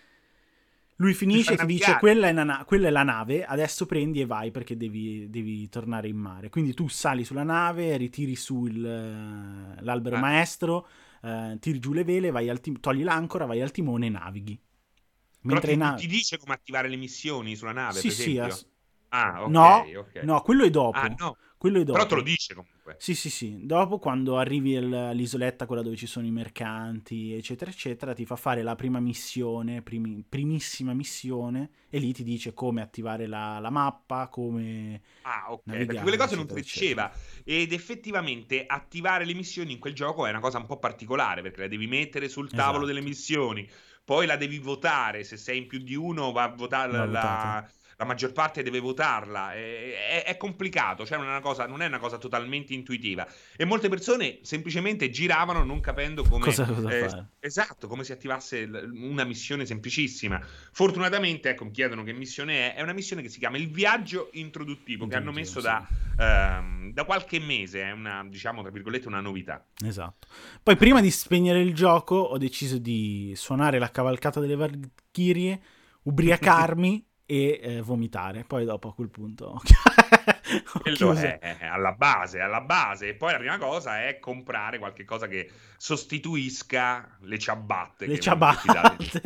lui finisce e ti dice quella è, na- quella è la nave, adesso prendi e vai perché devi, devi tornare in mare. Quindi tu sali sulla nave, ritiri su il, l'albero ah. maestro, eh, tiri giù le vele, vai al tim- togli l'ancora, vai al timone e navighi. Mentre Però ti, na- ti dice come attivare le missioni sulla nave, sì, per esempio? Sì, ass- ah, ok, no, ok. No, quello è dopo. Ah, no. Quello è dopo. Però te lo dice comunque. Sì, sì, sì. Dopo, quando arrivi all'isoletta, quella dove ci sono i mercanti, eccetera, eccetera, ti fa fare la prima missione, primi, primissima missione, e lì ti dice come attivare la, la mappa, come Ah, ok, perché quelle cose non te le diceva. Ed effettivamente attivare le missioni in quel gioco è una cosa un po' particolare, perché la devi mettere sul tavolo esatto. delle missioni, poi la devi votare, se sei in più di uno va a votare va la... la maggior parte deve votarla, è, è, è complicato, cioè non è, una cosa, non è una cosa totalmente intuitiva, e molte persone semplicemente giravano non capendo come cosa, cosa eh, fare. Esatto, come si attivasse una missione semplicissima. Fortunatamente, ecco, mi chiedono che missione è, è una missione che si chiama il viaggio introduttivo, che hanno messo sì. da, ehm, da qualche mese, è una, diciamo, tra virgolette, una novità. Esatto. Poi prima di spegnere il gioco ho deciso di suonare la cavalcata delle Valchirie, ubriacarmi e eh, vomitare. Poi dopo a quel punto quello è, è alla base, alla base. E poi la prima cosa è comprare qualche cosa che sostituisca le ciabatte. Le che ciabatte.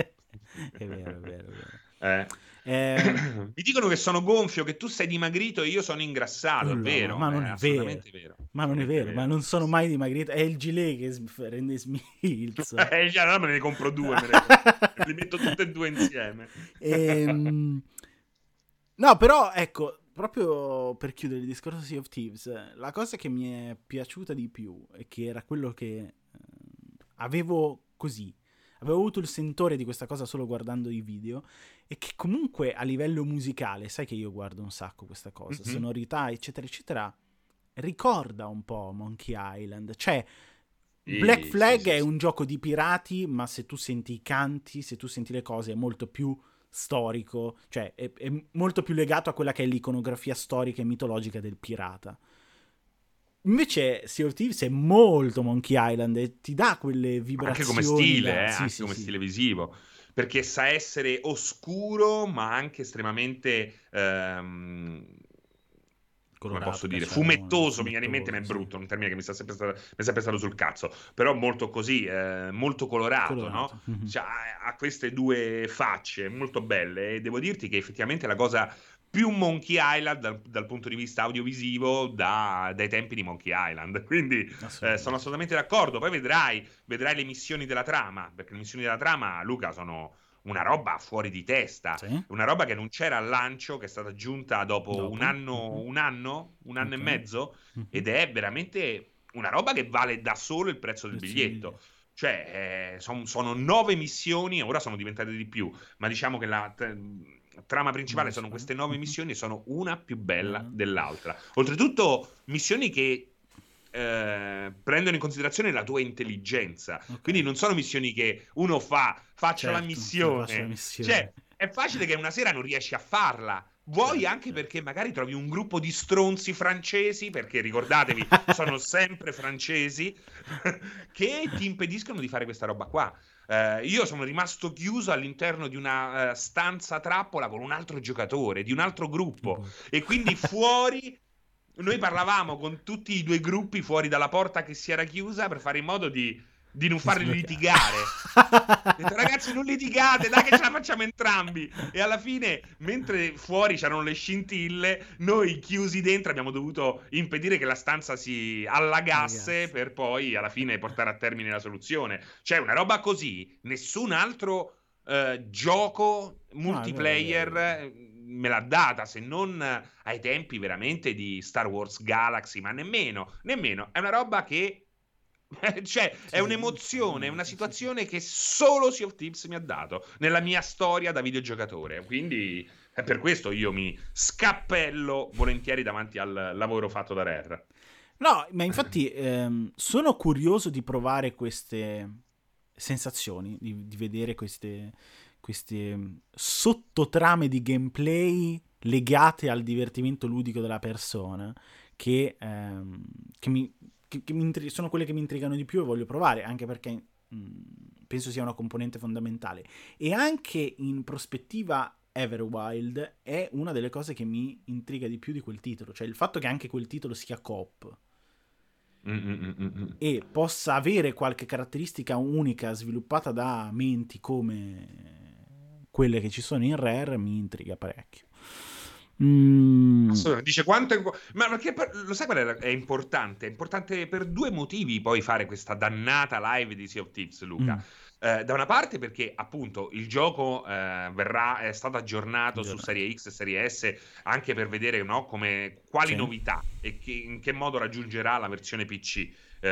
È vero, è vero, è vero. Eh. Eh... Mi dicono che sono gonfio, che tu sei dimagrito e io sono ingrassato, oh, è vero? Ma non è, è assolutamente vero. vero. Ma non è vero, vero, ma non sono mai dimagrito. È il gilet che rende smilzo. Eh, allora me ne compro due, me ne... li metto tutte e due insieme. ehm... No, però, ecco, proprio per chiudere il discorso Sea of Thieves, la cosa che mi è piaciuta di più e che era quello che eh, avevo così, avevo avuto il sentore di questa cosa solo guardando i video, e che comunque a livello musicale, sai che io guardo un sacco questa cosa, mm-hmm. sonorità, eccetera, eccetera, ricorda un po' Monkey Island, cioè sì, Black Flag sì, sì, è sì. un gioco di pirati, ma se tu senti i canti, se tu senti le cose, è molto più storico, cioè è, è molto più legato a quella che è l'iconografia storica e mitologica del pirata. Invece Sea of Thieves è molto Monkey Island e ti dà quelle vibrazioni. Anche come stile, da... eh, sì, anche sì, come sì. stile visivo, perché sa essere oscuro ma anche estremamente ehm, colorato, come posso dire, fumettoso, mi viene in mente, ma è brutto, sì. un termine che mi, sta sempre stato, mi è sempre stato sul cazzo, però molto così, eh, molto colorato, colorato. No? Mm-hmm. Cioè, ha queste due facce molto belle, e devo dirti che effettivamente la cosa più Monkey Island dal, dal punto di vista audiovisivo da, dai tempi di Monkey Island, quindi eh, sono assolutamente d'accordo. Poi vedrai, vedrai le missioni della trama, perché le missioni della trama, Luca, sono una roba fuori di testa, sì. una roba che non c'era al lancio, che è stata aggiunta dopo, dopo. un anno, uh-huh. un anno, un anno okay. e mezzo, uh-huh. ed è veramente una roba che vale da solo il prezzo del Grazie biglietto. Mille. Cioè, eh, son, sono nove missioni, ora sono diventate di più, ma diciamo che la t- trama principale sono queste nove missioni, sono una più bella uh-huh. dell'altra. Oltretutto, missioni che Eh, prendono in considerazione la tua intelligenza, okay. quindi non sono missioni che uno fa faccio certo, la missione, la missione. Cioè è facile che una sera non riesci a farla, vuoi certo, anche certo. perché magari trovi un gruppo di stronzi francesi, perché ricordatevi sono sempre francesi che ti impediscono di fare questa roba qua. Uh, io sono rimasto chiuso all'interno di una uh, stanza trappola con un altro giocatore di un altro gruppo uh-huh. e quindi fuori noi parlavamo con tutti i due gruppi fuori dalla porta che si era chiusa per fare in modo di, di non farli litigare. Ho detto, ragazzi, non litigate, dai che ce la facciamo entrambi. E alla fine, mentre fuori c'erano le scintille, noi chiusi dentro abbiamo dovuto impedire che la stanza si allagasse Ragazzi. per poi alla fine portare a termine la soluzione. Cioè, una roba così, nessun altro uh, gioco multiplayer... No, è vero, è vero. me l'ha data, se non ai tempi veramente di Star Wars Galaxy, ma nemmeno, nemmeno, è una roba che cioè sì, è un'emozione, è una situazione sì, sì. che solo Sea of Thieves mi ha dato nella mia storia da videogiocatore, quindi è per questo io mi scappello volentieri davanti al lavoro fatto da Rare. No, ma infatti ehm, sono curioso di provare queste sensazioni, di, di vedere queste queste sottotrame di gameplay legate al divertimento ludico della persona che, ehm, che, mi, che, che mi intri- sono quelle che mi intrigano di più e voglio provare, anche perché mh, penso sia una componente fondamentale. E anche in prospettiva Everwild è una delle cose che mi intriga di più di quel titolo, cioè il fatto che anche quel titolo sia coop Mm-mm-mm-mm. e possa avere qualche caratteristica unica sviluppata da menti come quelle che ci sono in Rare mi intriga parecchio. Mm. Assolutamente. Dice quanto è... Ma perché per- lo sai qual è, è importante? È importante per due motivi poi fare questa dannata live di Sea of Thieves, Luca. Mm. Eh, da una parte perché appunto il gioco eh, verrà, è stato aggiornato su Aggiornato. Serie X e Serie S anche per vedere, no, come, quali Sì. novità e che- in che modo raggiungerà la versione P C.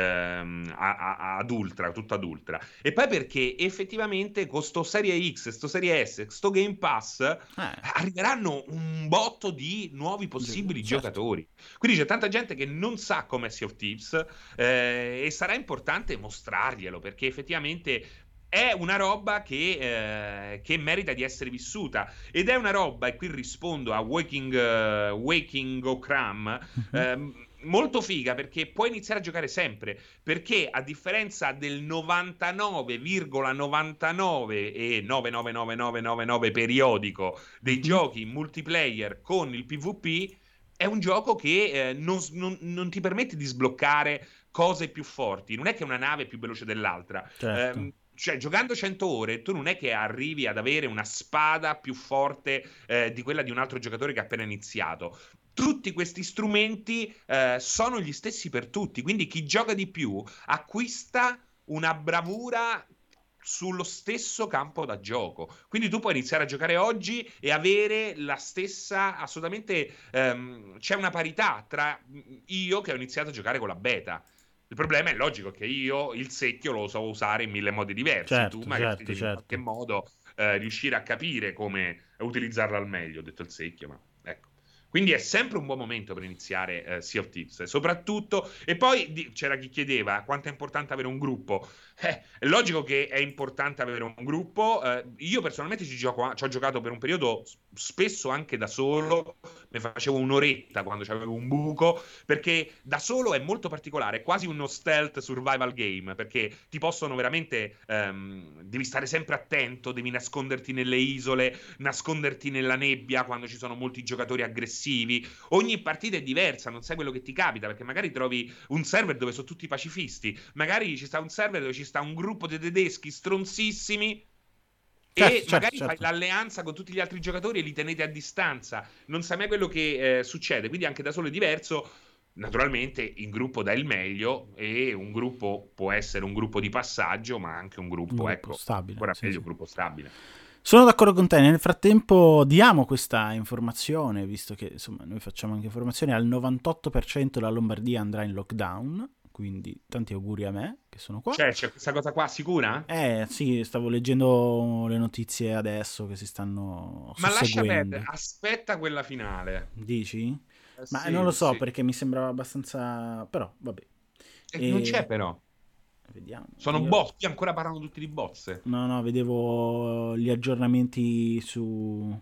ehm, a- a- ad ultra, tutto ad ultra. E poi perché effettivamente con sto Serie X, sto Serie S, sto Game Pass Eh, arriveranno un botto di nuovi possibili certo. giocatori. Quindi c'è tanta gente che non sa com'è Sea of Thieves eh, e sarà importante mostrarglielo perché effettivamente è una roba che, eh, che merita di essere vissuta ed è una roba, e qui rispondo a Waking, uh, Waking Okram, Mm-hmm. ehm, molto figa perché puoi iniziare a giocare sempre perché a differenza del novantanove virgola novantanove e nove nove nove nove nove nove periodico dei Mm-hmm. giochi multiplayer con il PvP è un gioco che eh, non, non, non ti permette di sbloccare cose più forti, non è che una nave è più veloce dell'altra. Certo. Eh, cioè, giocando cento ore, tu non è che arrivi ad avere una spada più forte eh, di quella di un altro giocatore che ha appena iniziato. Tutti questi strumenti eh, sono gli stessi per tutti, quindi chi gioca di più acquista una bravura sullo stesso campo da gioco. Quindi tu puoi iniziare a giocare oggi e avere la stessa, assolutamente, ehm, c'è una parità tra io che ho iniziato a giocare con la beta. Il problema è logico che io il secchio lo so usare in mille modi diversi, Certo, tu magari certo, devi in qualche certo. modo eh, riuscire a capire come utilizzarla al meglio, ho detto il secchio, ma ecco. Quindi è sempre un buon momento per iniziare eh, Sea of Thieves, soprattutto. E poi di, c'era chi chiedeva quanto è importante avere un gruppo. Eh, è logico che è importante avere un gruppo. Eh, io personalmente ci, gioco, ci ho giocato per un periodo spesso anche da solo. Ne facevo un'oretta quando avevo un buco. Perché da solo è molto particolare, è quasi uno stealth survival game. Perché ti possono veramente. Ehm, devi stare sempre attento, devi nasconderti nelle isole, nasconderti nella nebbia quando ci sono molti giocatori aggressivi. Ogni partita è diversa, non sai quello che ti capita, perché magari trovi un server dove sono tutti pacifisti, magari ci sta un server dove ci sta un gruppo di tedeschi stronzissimi Certo, e certo, magari certo. fai l'alleanza con tutti gli altri giocatori e li tenete a distanza. Non sai mai quello che eh, succede, quindi anche da solo è diverso. Naturalmente in gruppo dà il meglio e un gruppo può essere un gruppo di passaggio, ma anche un Un gruppo, gruppo ecco, stabile. ancora Sì, meglio, sì. un gruppo stabile. Sono d'accordo con te, nel frattempo diamo questa informazione, visto che insomma noi facciamo anche informazioni, al novantotto per cento la Lombardia andrà in lockdown, quindi tanti auguri a me che sono qua. Cioè, c'è questa cosa qua sicura? Eh sì, stavo leggendo le notizie adesso che si stanno Ma lascia perdere, susseguendo. aspetta quella finale. Dici? Eh, Ma non lo sì, so sì. perché mi sembrava abbastanza... però vabbè. E non c'è E... però. vediamo. Sono Io... bozze, ancora parlano tutti di bozze. no, no, vedevo gli aggiornamenti su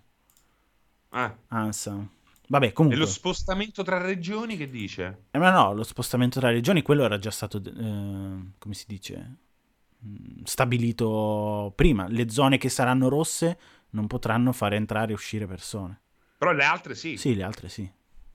Ah. ANSA. Vabbè, E lo comunque. spostamento tra regioni che dice? Eh, ma no, lo spostamento tra regioni, quello era già stato, eh, come si dice, mm, stabilito prima. Le zone che saranno rosse non potranno fare entrare e uscire persone. Però le altre sì. Sì, le altre sì.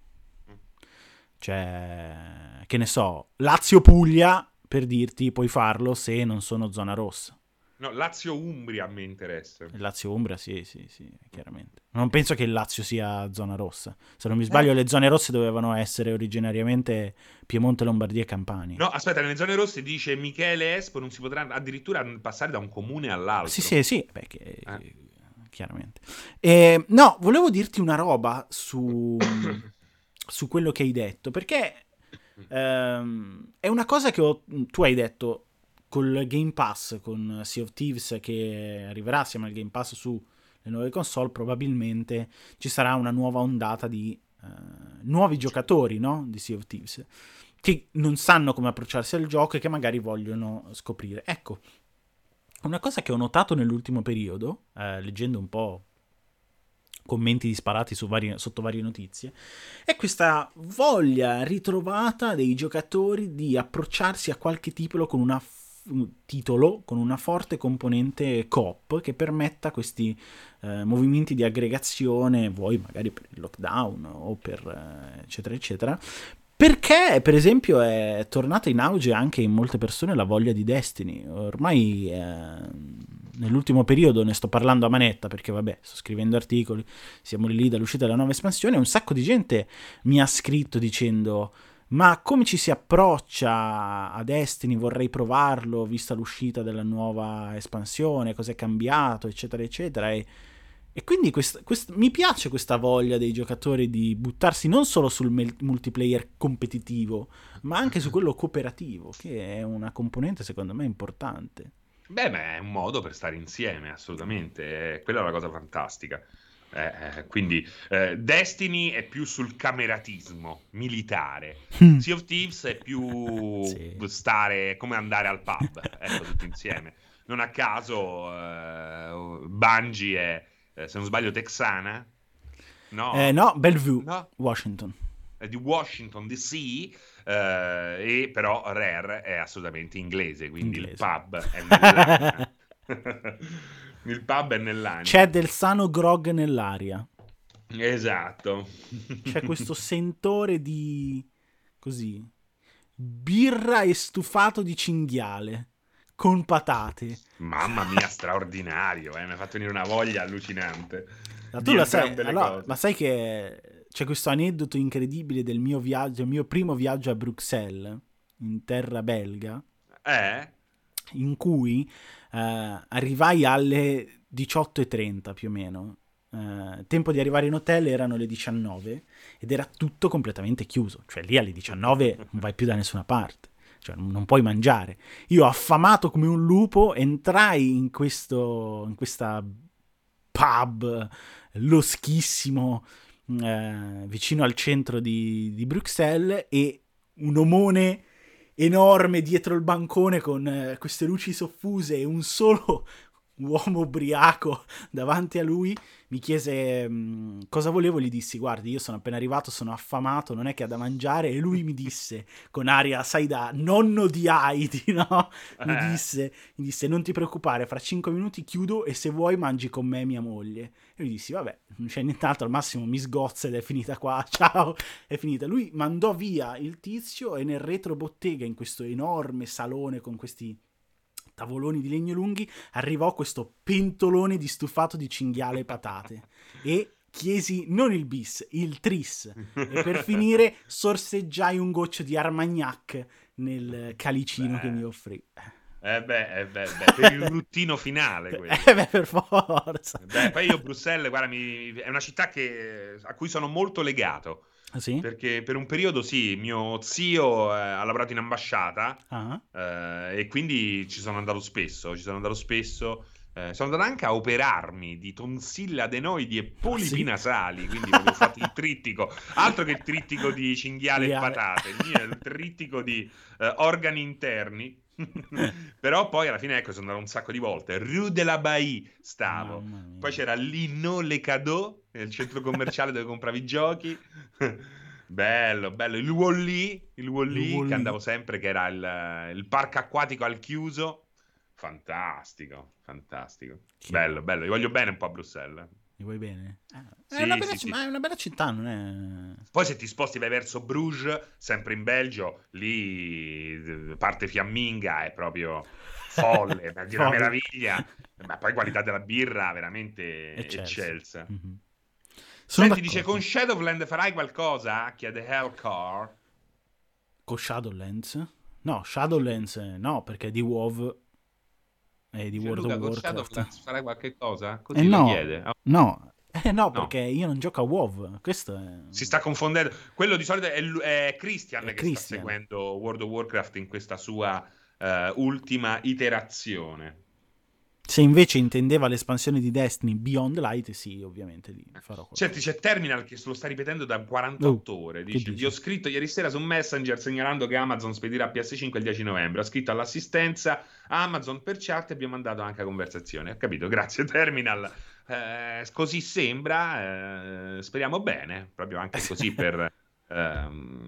Cioè, che ne so, Lazio-Puglia, per dirti, puoi farlo se non sono zona rossa. No, Lazio-Umbria a me interessa. Il Lazio-Umbria, sì, sì, sì, chiaramente. Non penso che il Lazio sia zona rossa. Se non mi Eh? sbaglio, le zone rosse dovevano essere originariamente Piemonte, Lombardia e Campania. No, aspetta, nelle zone rosse dice Michele Espo non si potrà addirittura passare da un comune all'altro. Sì, sì, sì, beh, che, Eh. chiaramente. E, no, volevo dirti una roba su, su quello che hai detto, perché ehm, è una cosa che ho, tu hai detto col Game Pass, con Sea of Thieves che arriverà assieme al Game Pass sulle nuove console, probabilmente ci sarà una nuova ondata di eh, nuovi giocatori, no? Di Sea of Thieves, che non sanno come approcciarsi al gioco e che magari vogliono scoprire. Ecco, una cosa che ho notato nell'ultimo periodo, eh, leggendo un po' commenti disparati su varie, sotto varie notizie, è questa voglia ritrovata dei giocatori di approcciarsi a qualche titolo con una un titolo con una forte componente coop che permetta questi eh, movimenti di aggregazione, vuoi magari per il lockdown o per eh, eccetera eccetera, perché per esempio è tornata in auge anche in molte persone la voglia di Destiny. Ormai eh, nell'ultimo periodo ne sto parlando a manetta perché vabbè, sto scrivendo articoli, siamo lì dall'uscita della nuova espansione, un sacco di gente mi ha scritto dicendo: ma come ci si approccia a Destiny? Vorrei provarlo, vista l'uscita della nuova espansione, cos'è cambiato, eccetera, eccetera. E, e quindi quest, quest, mi piace questa voglia dei giocatori di buttarsi non solo sul mel- multiplayer competitivo, ma anche su quello cooperativo, che è una componente secondo me importante. Beh, ma è un modo per stare insieme, assolutamente. Quella è una cosa fantastica. Eh, eh, quindi eh, Destiny è più sul cameratismo militare, Sea of Thieves è più Sì. stare come andare al pub, ecco, tutti insieme. Non a caso eh, Bungie è, eh, se non sbaglio, texana, no? Eh, no, Bellevue, No? Washington. È di Washington D C, eh, e però Rare è assolutamente inglese, quindi Inglese. il pub è nell'anima. Il pub è nell'anima. C'è del sano grog nell'aria. Esatto. C'è questo sentore di... così... birra e stufato di cinghiale. Con patate. Mamma mia, straordinario, eh? Mi ha fatto venire una voglia allucinante. Ma tu la sai, allora, ma sai che c'è questo aneddoto incredibile del mio viaggio, il mio primo viaggio a Bruxelles, in terra belga, Eh? in cui eh, arrivai alle diciotto e trenta più o meno. Eh, tempo di arrivare in hotel erano le diciannove ed era tutto completamente chiuso. Cioè lì alle diciannove non vai più da nessuna parte. Cioè non puoi mangiare. Io, affamato come un lupo, entrai in questo in questa pub loschissimo eh, vicino al centro di, di Bruxelles, e un omone enorme dietro il bancone con eh, queste luci soffuse e un solo uomo ubriaco davanti a lui mi chiese mh, cosa volevo. Gli dissi: guardi, io sono appena arrivato, sono affamato, non è che ha da mangiare. E lui mi disse con aria, sai, da nonno di Heidi, no? Mi disse, mi disse non ti preoccupare, fra cinque minuti chiudo e se vuoi mangi con me e mia moglie. E io gli dissi: vabbè, non c'è nient'altro, al massimo mi sgozza ed è finita qua, ciao, è finita. Lui mandò via il tizio e nel retrobottega, in questo enorme salone con questi tavoloni di legno lunghi, arrivò questo pentolone di stufato di cinghiale e patate e chiesi non il bis, il tris, e per finire sorseggiai un goccio di Armagnac nel calicino beh. Che mi offrì. Eh beh, eh beh, beh, per il ruttino finale quello. Eh beh, per forza. Beh, poi io Bruxelles, guarda, mi, è una città che, a cui sono molto legato. Ah, sì? Perché per un periodo sì, mio zio eh, ha lavorato in ambasciata uh-huh. eh, e quindi ci sono andato spesso, ci sono andato spesso, eh, sono andato anche a operarmi di tonsille, adenoidi e polipi nasali, sì? Quindi avevo fatto il trittico, altro che il trittico di cinghiale yeah. e patate, il mio è il trittico di eh, organi interni. Però poi alla fine, ecco, sono andato un sacco di volte. Rue de la Baie stavo, poi c'era Lino Le Cadeaux, nel centro commerciale dove compravi i giochi. Bello, bello. Il Wall-E, il Wall-E che andavo sempre, che era il, il parco acquatico al chiuso. Fantastico, fantastico. Che bello, bello. Io voglio bene un po' a Bruxelles. Mi vuoi bene? Ah, sì, è, una bella, sì, c- sì. è una bella città, non è... Poi se ti sposti vai verso Bruges, sempre in Belgio, lì parte fiamminga, è proprio folle, è una meraviglia. Ma poi qualità della birra veramente eccelsa. eccelsa. Mm-hmm. Senti, dice, con Shadowlands farai qualcosa? Chiede Hellcar. Con Shadowlands? No, Shadowlands no, perché di WoW e di Dice World Luca, of Warcraft. Con Shadowlands farai qualche cosa? Così eh lo no, chiede. Oh. No, eh no, perché no. Io non gioco a WoW. Questo è... Si sta confondendo. Quello di solito è, è Christian è che Christian. sta seguendo World of Warcraft in questa sua uh, ultima iterazione. Se invece intendeva l'espansione di Destiny Beyond Light, sì, ovviamente lì farò qualcosa. Certo, c'è Terminal che se lo sta ripetendo da quarantotto Oh, ore. che Dice: dici? Gli ho scritto ieri sera su Messenger segnalando che Amazon spedirà P S cinque il dieci novembre. Ho scritto all'assistenza Amazon per chat e abbiamo mandato anche la conversazione. Ho capito, grazie Terminal. Eh, così sembra, eh, speriamo bene, proprio anche così per eh,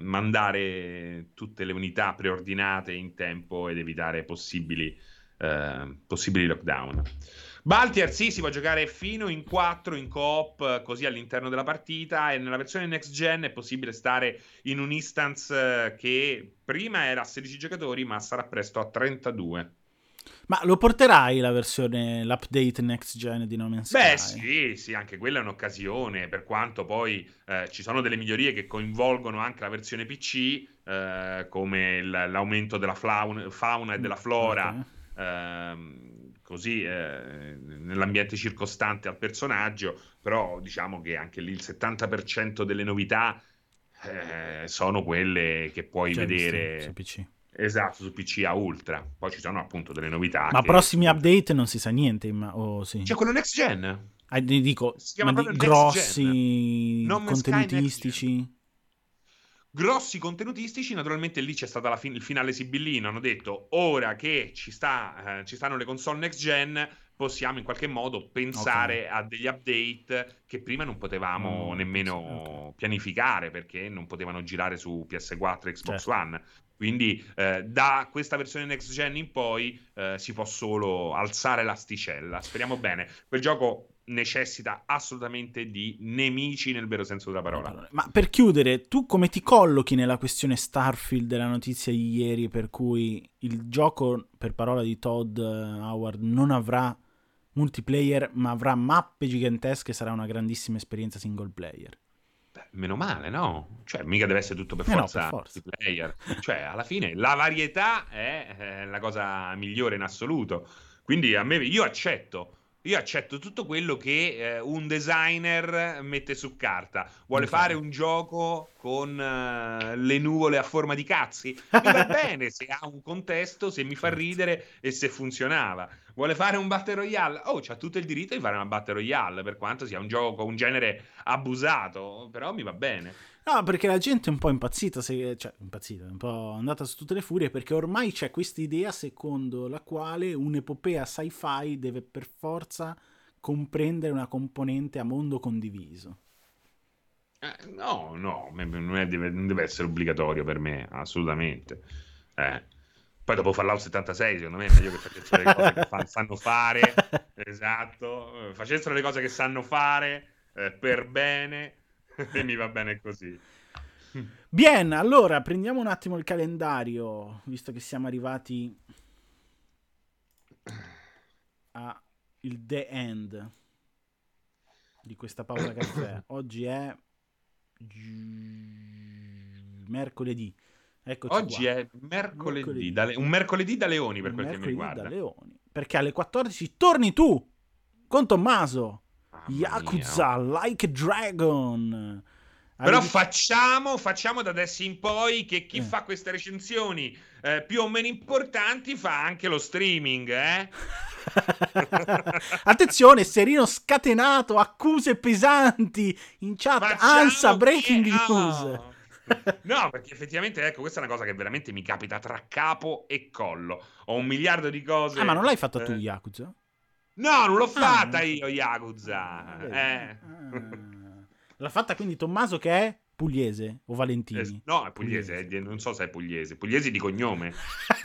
mandare tutte le unità preordinate in tempo ed evitare possibili, eh, possibili lockdown. Baltier sì, si può giocare fino in quattro in co-op così all'interno della partita, e nella versione next gen è possibile stare in un instance che prima era a sedici giocatori ma sarà presto a trentadue. Ma lo porterai la versione, l'update next gen di No Man's Beh, Sky? sì, sì, anche quella è un'occasione, per quanto poi eh, ci sono delle migliorie che coinvolgono anche la versione P C, eh, come il- l'aumento della flaun- fauna e Mm, della flora, ok. ehm, così eh, nell'ambiente circostante al personaggio, però diciamo che anche lì il settanta per cento delle novità eh, sono quelle che puoi Già viste su vedere, P C. esatto, su P C a ultra. Poi ci sono appunto delle novità Ma che si prossimi può... update non si sa niente, ma oh, sì. C'è quello next gen. Ah, di- dico, Si ma chiama di proprio Next Gen. grossi No Man's Sky Next Gen. contenutistici? Grossi contenutistici, naturalmente lì c'è stato fin- il finale sibillino. Hanno detto: ora che ci, sta, eh, ci stanno le console next gen, possiamo in qualche modo Ok. pensare a degli update che prima non potevamo Oh, penso- ok. nemmeno pianificare perché non potevano girare su P S quattro e Xbox Certo. One. Quindi eh, da questa versione next gen in poi eh, si può solo alzare l'asticella. Speriamo bene. Quel gioco necessita assolutamente di nemici nel vero senso della No, parola. parole. Ma per chiudere, tu come ti collochi nella questione Starfield della notizia di ieri per cui il gioco, per parola di Todd Howard, non avrà multiplayer ma avrà mappe gigantesche e sarà una grandissima esperienza single player? Beh, meno male, no? Cioè, mica deve essere tutto per Eh no, per forza forza. multiplayer. Cioè, alla fine la varietà è eh, la cosa migliore in assoluto. Quindi a me, io accetto. Io accetto tutto quello che eh, un designer mette su carta. Vuole Ok. fare un gioco con eh, le nuvole a forma di cazzi? Mi va bene se ha un contesto, se mi fa Certo. ridere e se funzionava. Vuole fare un Battle Royale? Oh, c'ha tutto il diritto di fare una Battle Royale, per quanto sia un gioco, un genere abusato, però mi va bene. No, perché la gente è un po' impazzita, se, cioè impazzita, un po' andata su tutte le furie, perché ormai c'è questa idea secondo la quale un'epopea sci-fi deve per forza comprendere una componente a mondo condiviso. Eh, no, no, non, è- deve, non deve essere obbligatorio per me, assolutamente. Eh. Poi dopo Fallout settantasei, secondo me è meglio che facessero le cose che fan- sanno fare, esatto, eh, facessero le cose che sanno fare eh, per bene e mi va bene così. Bien, allora prendiamo un attimo il calendario, visto che siamo arrivati a il the end di questa pausa caffè. Oggi è mercoledì. Eccoci Oggi qua. è mercoledì, Mercoledì. da le- un mercoledì da leoni per Un quel che mi mercoledì da riguarda. leoni. Perché alle quattordici torni tu con Tommaso. Mamma mia. Oh. Yakuza Like a Dragon. Alle Però dici- facciamo, facciamo da adesso in poi che chi eh. fa queste recensioni eh, più o meno importanti fa anche lo streaming, eh? Attenzione, Serino scatenato, accuse pesanti in chat, Ansa, Facciamo che... breaking news. Oh. No, perché effettivamente, ecco, questa è una cosa che veramente mi capita tra capo e collo. Ho un miliardo di Ah, ma non cose... l'hai fatta tu, eh. Yakuza? No, non l'ho Ah, non fatta l'hai io, fatta. Ah, Yakuza. vedi? Eh. Ah. L'ha fatta quindi Tommaso che è pugliese o Es- Valentini? no, è pugliese, Pugliese. eh, non so se è pugliese. Pugliesi di cognome.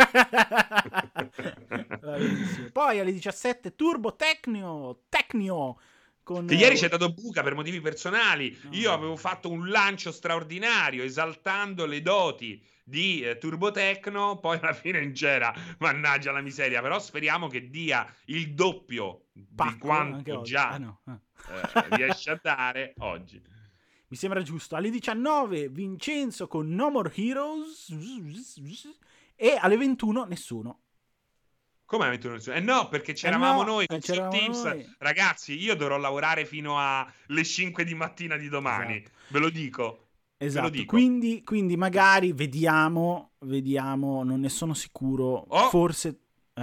Va benissimo. Poi alle diciassette Turbo Tecnio, Tecnio con... Che ieri c'è dato buca per motivi personali. Io avevo No. fatto un lancio straordinario esaltando le doti di eh, Turbo Tecno, poi alla fine non c'era, mannaggia la miseria, però speriamo che dia il doppio di Pacco anche quanto oggi. Ah già no. Ah. eh, riesce a dare oggi. Mi sembra giusto. Alle diciannove Vincenzo con No More Heroes e alle ventuno nessuno. Come ventuno? Eh no, perché Eh c'eravamo no, noi eh, con Sir c'eravamo Teams. noi. Ragazzi, io dovrò lavorare fino alle cinque di mattina di domani. Esatto. Ve lo dico. Ve lo Esatto, dico. quindi, quindi magari vediamo, vediamo, non ne sono sicuro, Oh, forse... Eh?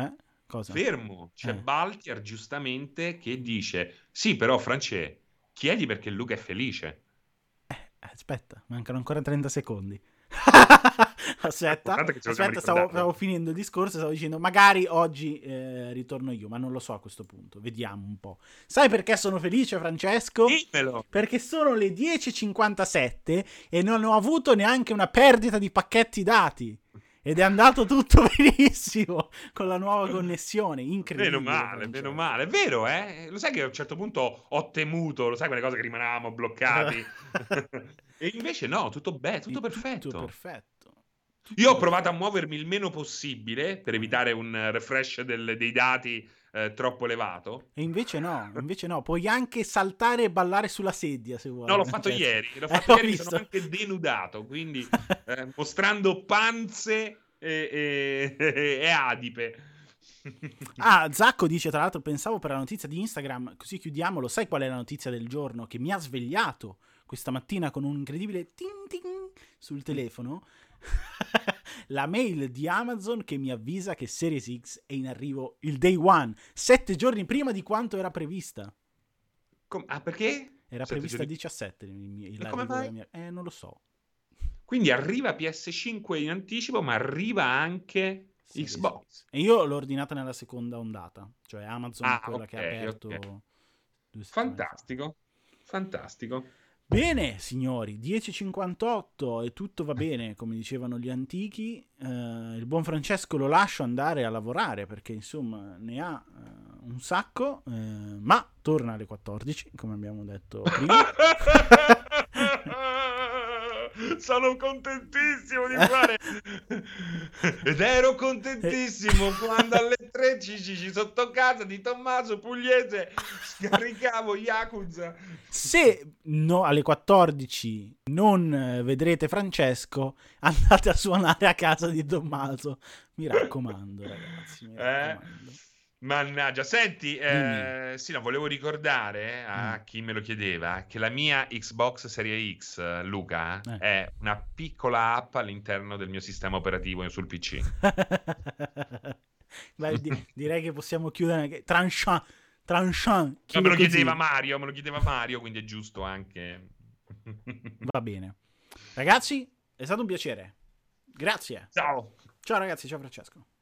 Cosa? Fermo, c'è Eh. Baltier giustamente che dice, sì però Francesco, chiedi perché Luca è felice. Eh, aspetta, mancano ancora trenta secondi. Aspetta, L'importante è che ce lo siamo aspetta, stavo, ricordato. stavo finendo il discorso, stavo dicendo magari oggi eh, ritorno io, ma non lo so a questo punto, vediamo un po'. Sai perché sono felice, Francesco? Dimmelo! Perché sono le dieci e cinquantasette e non ho avuto neanche una perdita di pacchetti dati. Ed è andato tutto benissimo con la nuova connessione, incredibile. Meno male, Francesco. meno male. È vero, eh? Lo sai che a un certo punto ho temuto, lo sai quelle cose che rimanevamo bloccati? E invece no, tutto bene, tutto perfetto. Tutto perfetto. Tutto Io ho perfetto. provato a muovermi il meno possibile per evitare un refresh del- dei dati eh, troppo elevato. E invece no, invece no, puoi anche saltare e ballare sulla sedia se vuoi. No, l'ho fatto Francesco. ieri, l'ho Eh, fatto ho ieri, mi visto. sono anche denudato, quindi eh, mostrando panze e, e- e adipe. Ah, Zacco dice, tra l'altro, pensavo per la notizia di Instagram, così chiudiamo, lo sai qual è la notizia del giorno? Che mi ha svegliato questa mattina con un incredibile ting ting sul telefono. La mail di Amazon che mi avvisa che Series X è in arrivo il day one, sette giorni prima di quanto era prevista. Com- ah, perché? Era Sette prevista giorni- diciassette. Il, E come mai? mia... Eh, non lo so. Quindi arriva P S cinque in anticipo, ma arriva anche Series Xbox. X. E io l'ho ordinata nella seconda ondata, cioè Amazon Ah, quella ok, che ha aperto ok. due settimane fa. Fantastico, fantastico. Bene, signori, dieci e cinquantotto e tutto va bene, come dicevano gli antichi. Eh, il buon Francesco lo lascio andare a lavorare perché insomma ne ha eh, un sacco, eh, ma torna alle quattordici, come abbiamo detto prima. Sono contentissimo di fare ed ero contentissimo quando alle tre ci, ci, ci sotto casa di Tommaso Pugliese scaricavo Yakuza. Se no, alle quattordici non eh, vedrete Francesco, andate a suonare a casa di Tommaso. Mi raccomando, ragazzi. Mi raccomando. Eh? Mannaggia, senti, eh, sì, no, volevo ricordare a Mm. chi me lo chiedeva che la mia Xbox Serie X, Luca, Eh. è una piccola app all'interno del mio sistema operativo sul P C. Beh, di- direi che possiamo chiudere anche tranchant, tranchant. No, chiudo me lo così. chiedeva Mario, me lo chiedeva Mario, quindi è giusto anche. Va bene. Ragazzi, è stato un piacere. Grazie. Ciao. Ciao ragazzi, ciao Francesco.